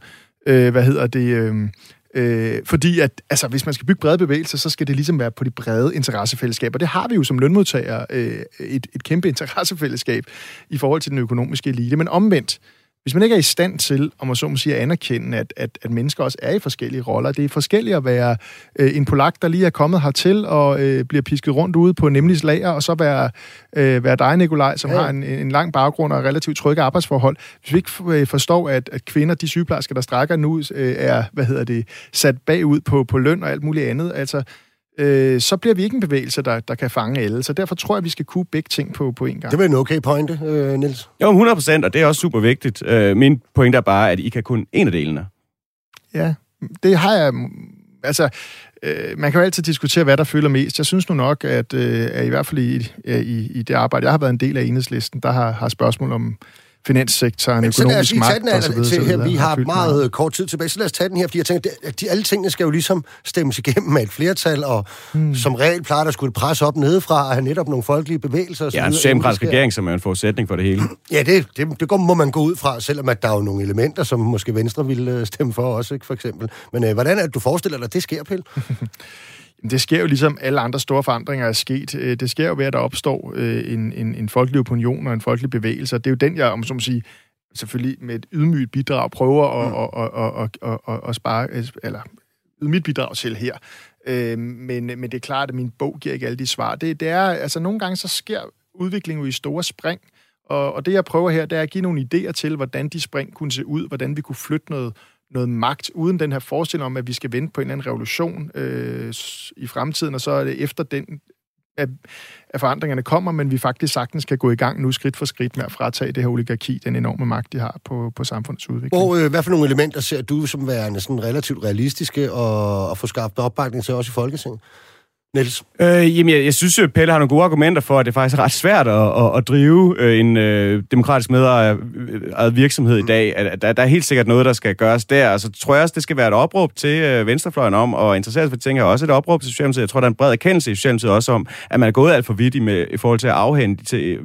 Speaker 2: Fordi at, altså, hvis man skal bygge brede bevægelser, så skal det ligesom være på de brede interessefællesskaber. Det har vi jo som lønmodtagere et kæmpe interessefællesskab i forhold til den økonomiske elite. Men omvendt, hvis man ikke er i stand til, om man så må sige, at anerkende, at mennesker også er i forskellige roller. Det er forskelligt at være en polak, der lige er kommet hertil og bliver pisket rundt ude på Nemlis lager, og så være dig, Nikolaj, som har en lang baggrund og relativt trygge arbejdsforhold. Hvis vi ikke forstår, at kvinder, de sygeplejersker, der strækker nu, er sat bagud på løn og alt muligt andet, altså så bliver vi ikke en bevægelse, der kan fange alle. Så derfor tror jeg, vi skal kunne begge ting på en gang.
Speaker 1: Det var en okay pointe, Niels.
Speaker 3: Jo, 100%, og det er også super vigtigt. Min pointe er bare, at I kan kun en af delene.
Speaker 2: Ja, det har jeg. Altså, man kan jo altid diskutere, hvad der fylder mest. Jeg synes nu nok, at i hvert fald i det arbejde, jeg har været en del af Enhedslisten, der har spørgsmål om finanssektoren, økonomisk magt og så videre.
Speaker 1: Vi har meget kort tid tilbage, så lad os tage den her, fordi jeg tænker, at alle tingene skal jo ligesom stemmes igennem med et flertal, og som regel plejer der skulle presse op nedefra, og have netop nogle folkelige bevægelser. Og så
Speaker 3: en socialdemokratisk regering, som er en forudsætning for det hele.
Speaker 1: Ja, det må man gå ud fra, selvom at der er jo nogle elementer, som måske Venstre ville stemme for også, ikke, for eksempel. Men hvordan er det, du forestiller dig, det sker, Pelle?
Speaker 2: Det sker jo ligesom alle andre store forandringer er sket. Det sker jo ved, at der opstår en folkelig opinion og en folkelig bevægelse. Det er jo den, jeg, om så må sige, selvfølgelig med et ydmygt bidrag prøver at spare, eller ydmygt bidrag til her. Men det er klart, at min bog giver ikke alle de svar. Det er, altså nogle gange så sker udviklingen jo i store spring, og det jeg prøver her, det er at give nogle idéer til, hvordan de spring kunne se ud, hvordan vi kunne flytte noget magt, uden den her forestilling om, at vi skal vente på en eller anden revolution i fremtiden, og så er det efter den, at forandringerne kommer, men vi faktisk sagtens kan gå i gang nu skridt for skridt med at fratage det her oligarki, den enorme magt, de har på samfundets udvikling.
Speaker 1: Og hvad for nogle elementer ser du som værende sådan relativt realistiske og få skabt opbakning til også i Folketinget? Niels?
Speaker 3: Jamen, jeg synes, at Pelle har nogle gode argumenter for, at det faktisk er ret svært at drive en demokratisk medejet virksomhed i dag. At der er helt sikkert noget, der skal gøres der. Og så tror jeg også, det skal være et opråb til venstrefløjen om at interessere sig for ting, og også et opråb til Socialdemokratiet. Jeg tror, der er en bred erkendelse i Socialdemokratiet også om, at man er gået alt for vidt i forhold til at afhænde til,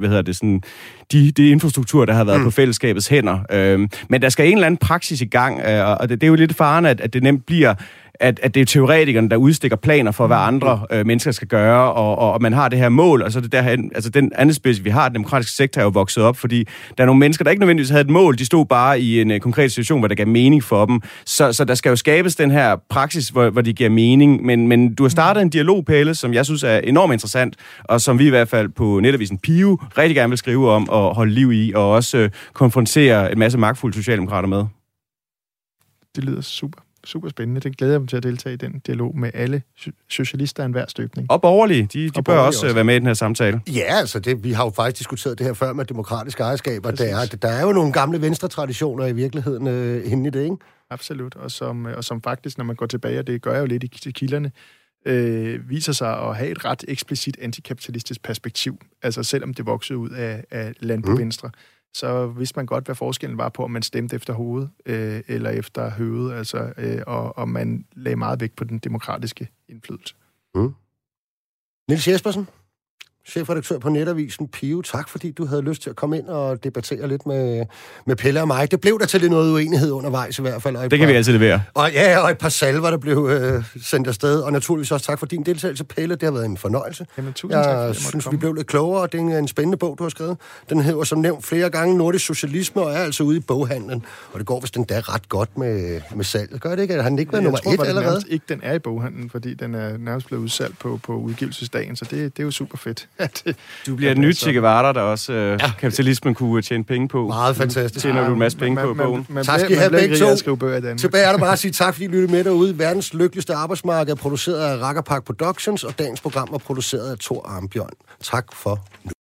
Speaker 3: de infrastrukturer, der har været på fællesskabets hænder. Men der skal en eller anden praksis i gang, og det er jo lidt faren, at det nemt bliver at det er teoretikerne, der udstikker planer for, hvad andre mennesker skal gøre, og man har det her mål, og så det derhen, altså den anden spids, vi har, den demokratiske sektor, er jo vokset op, fordi der er nogle mennesker, der ikke nødvendigvis havde et mål, de stod bare i en konkret situation, hvor der gav mening for dem. Så der skal jo skabes den her praksis, hvor de giver mening, men du har startet en dialog, Pelle, som jeg synes er enormt interessant, og som vi i hvert fald på netavisen Pio rigtig gerne vil skrive om og holde liv i, og også konfrontere en masse magtfulde socialdemokrater med.
Speaker 2: Det lyder super spændende. Det glæder jeg mig til at deltage i den dialog med alle socialister af enhver støbning.
Speaker 3: Og borgerlige. De bør også være med i den her samtale.
Speaker 1: Ja, altså vi har jo faktisk diskuteret det her før med demokratisk ejerskab, og der er jo nogle gamle venstre-traditioner i virkeligheden inde i det, ikke?
Speaker 2: Absolut, og som faktisk, når man går tilbage, og det gør jeg jo lidt i kilderne, viser sig at have et ret eksplicit antikapitalistisk perspektiv. Altså selvom det voksede ud af land på venstre, så vidste man godt, hvad forskellen var på, om man stemte efter hovedet eller efter høvet, altså, og man lagde meget vægt på den demokratiske indflydelse.
Speaker 1: Niels Jespersen, chefredaktør på Netavisen. Pio, tak fordi du havde lyst til at komme ind og debattere lidt med Pelle og mig. Det blev der til lidt noget uenighed undervejs i hvert fald.
Speaker 3: Det kan vi altid levere.
Speaker 1: Og et par salver, der blev sendt afsted. Og naturligvis også tak for din deltagelse, Pelle. Det har været en fornøjelse.
Speaker 2: Jamen, tusind tak,
Speaker 1: jeg synes, vi blev lidt klogere, og det er en spændende bog, du har skrevet. Den hedder som nævnt flere gange Nordisk Socialisme, og er altså ude i boghandlen. Og det går vist endda ret godt med salget. Gør det ikke? Har den ikke været nummer 1 allerede?
Speaker 2: Ikke, den er i boghandlen, fordi den er nærmest blevet udsalgt på udgivelsesdagen, så det er jo super fedt.
Speaker 3: Du bliver et nyt Che Guevara, der også kapitalismen kunne tjene penge på.
Speaker 1: Meget fantastisk.
Speaker 3: Tjener du en masse penge på bogen.
Speaker 1: Tak skal I have begge to. Tilbage er der bare at sige tak, fordi I lyttede med derude. Verdens lykkeligste arbejdsmarked er produceret af Rakkerpark Productions, og dagens program er produceret af Thor Armbjørn. Tak for nu.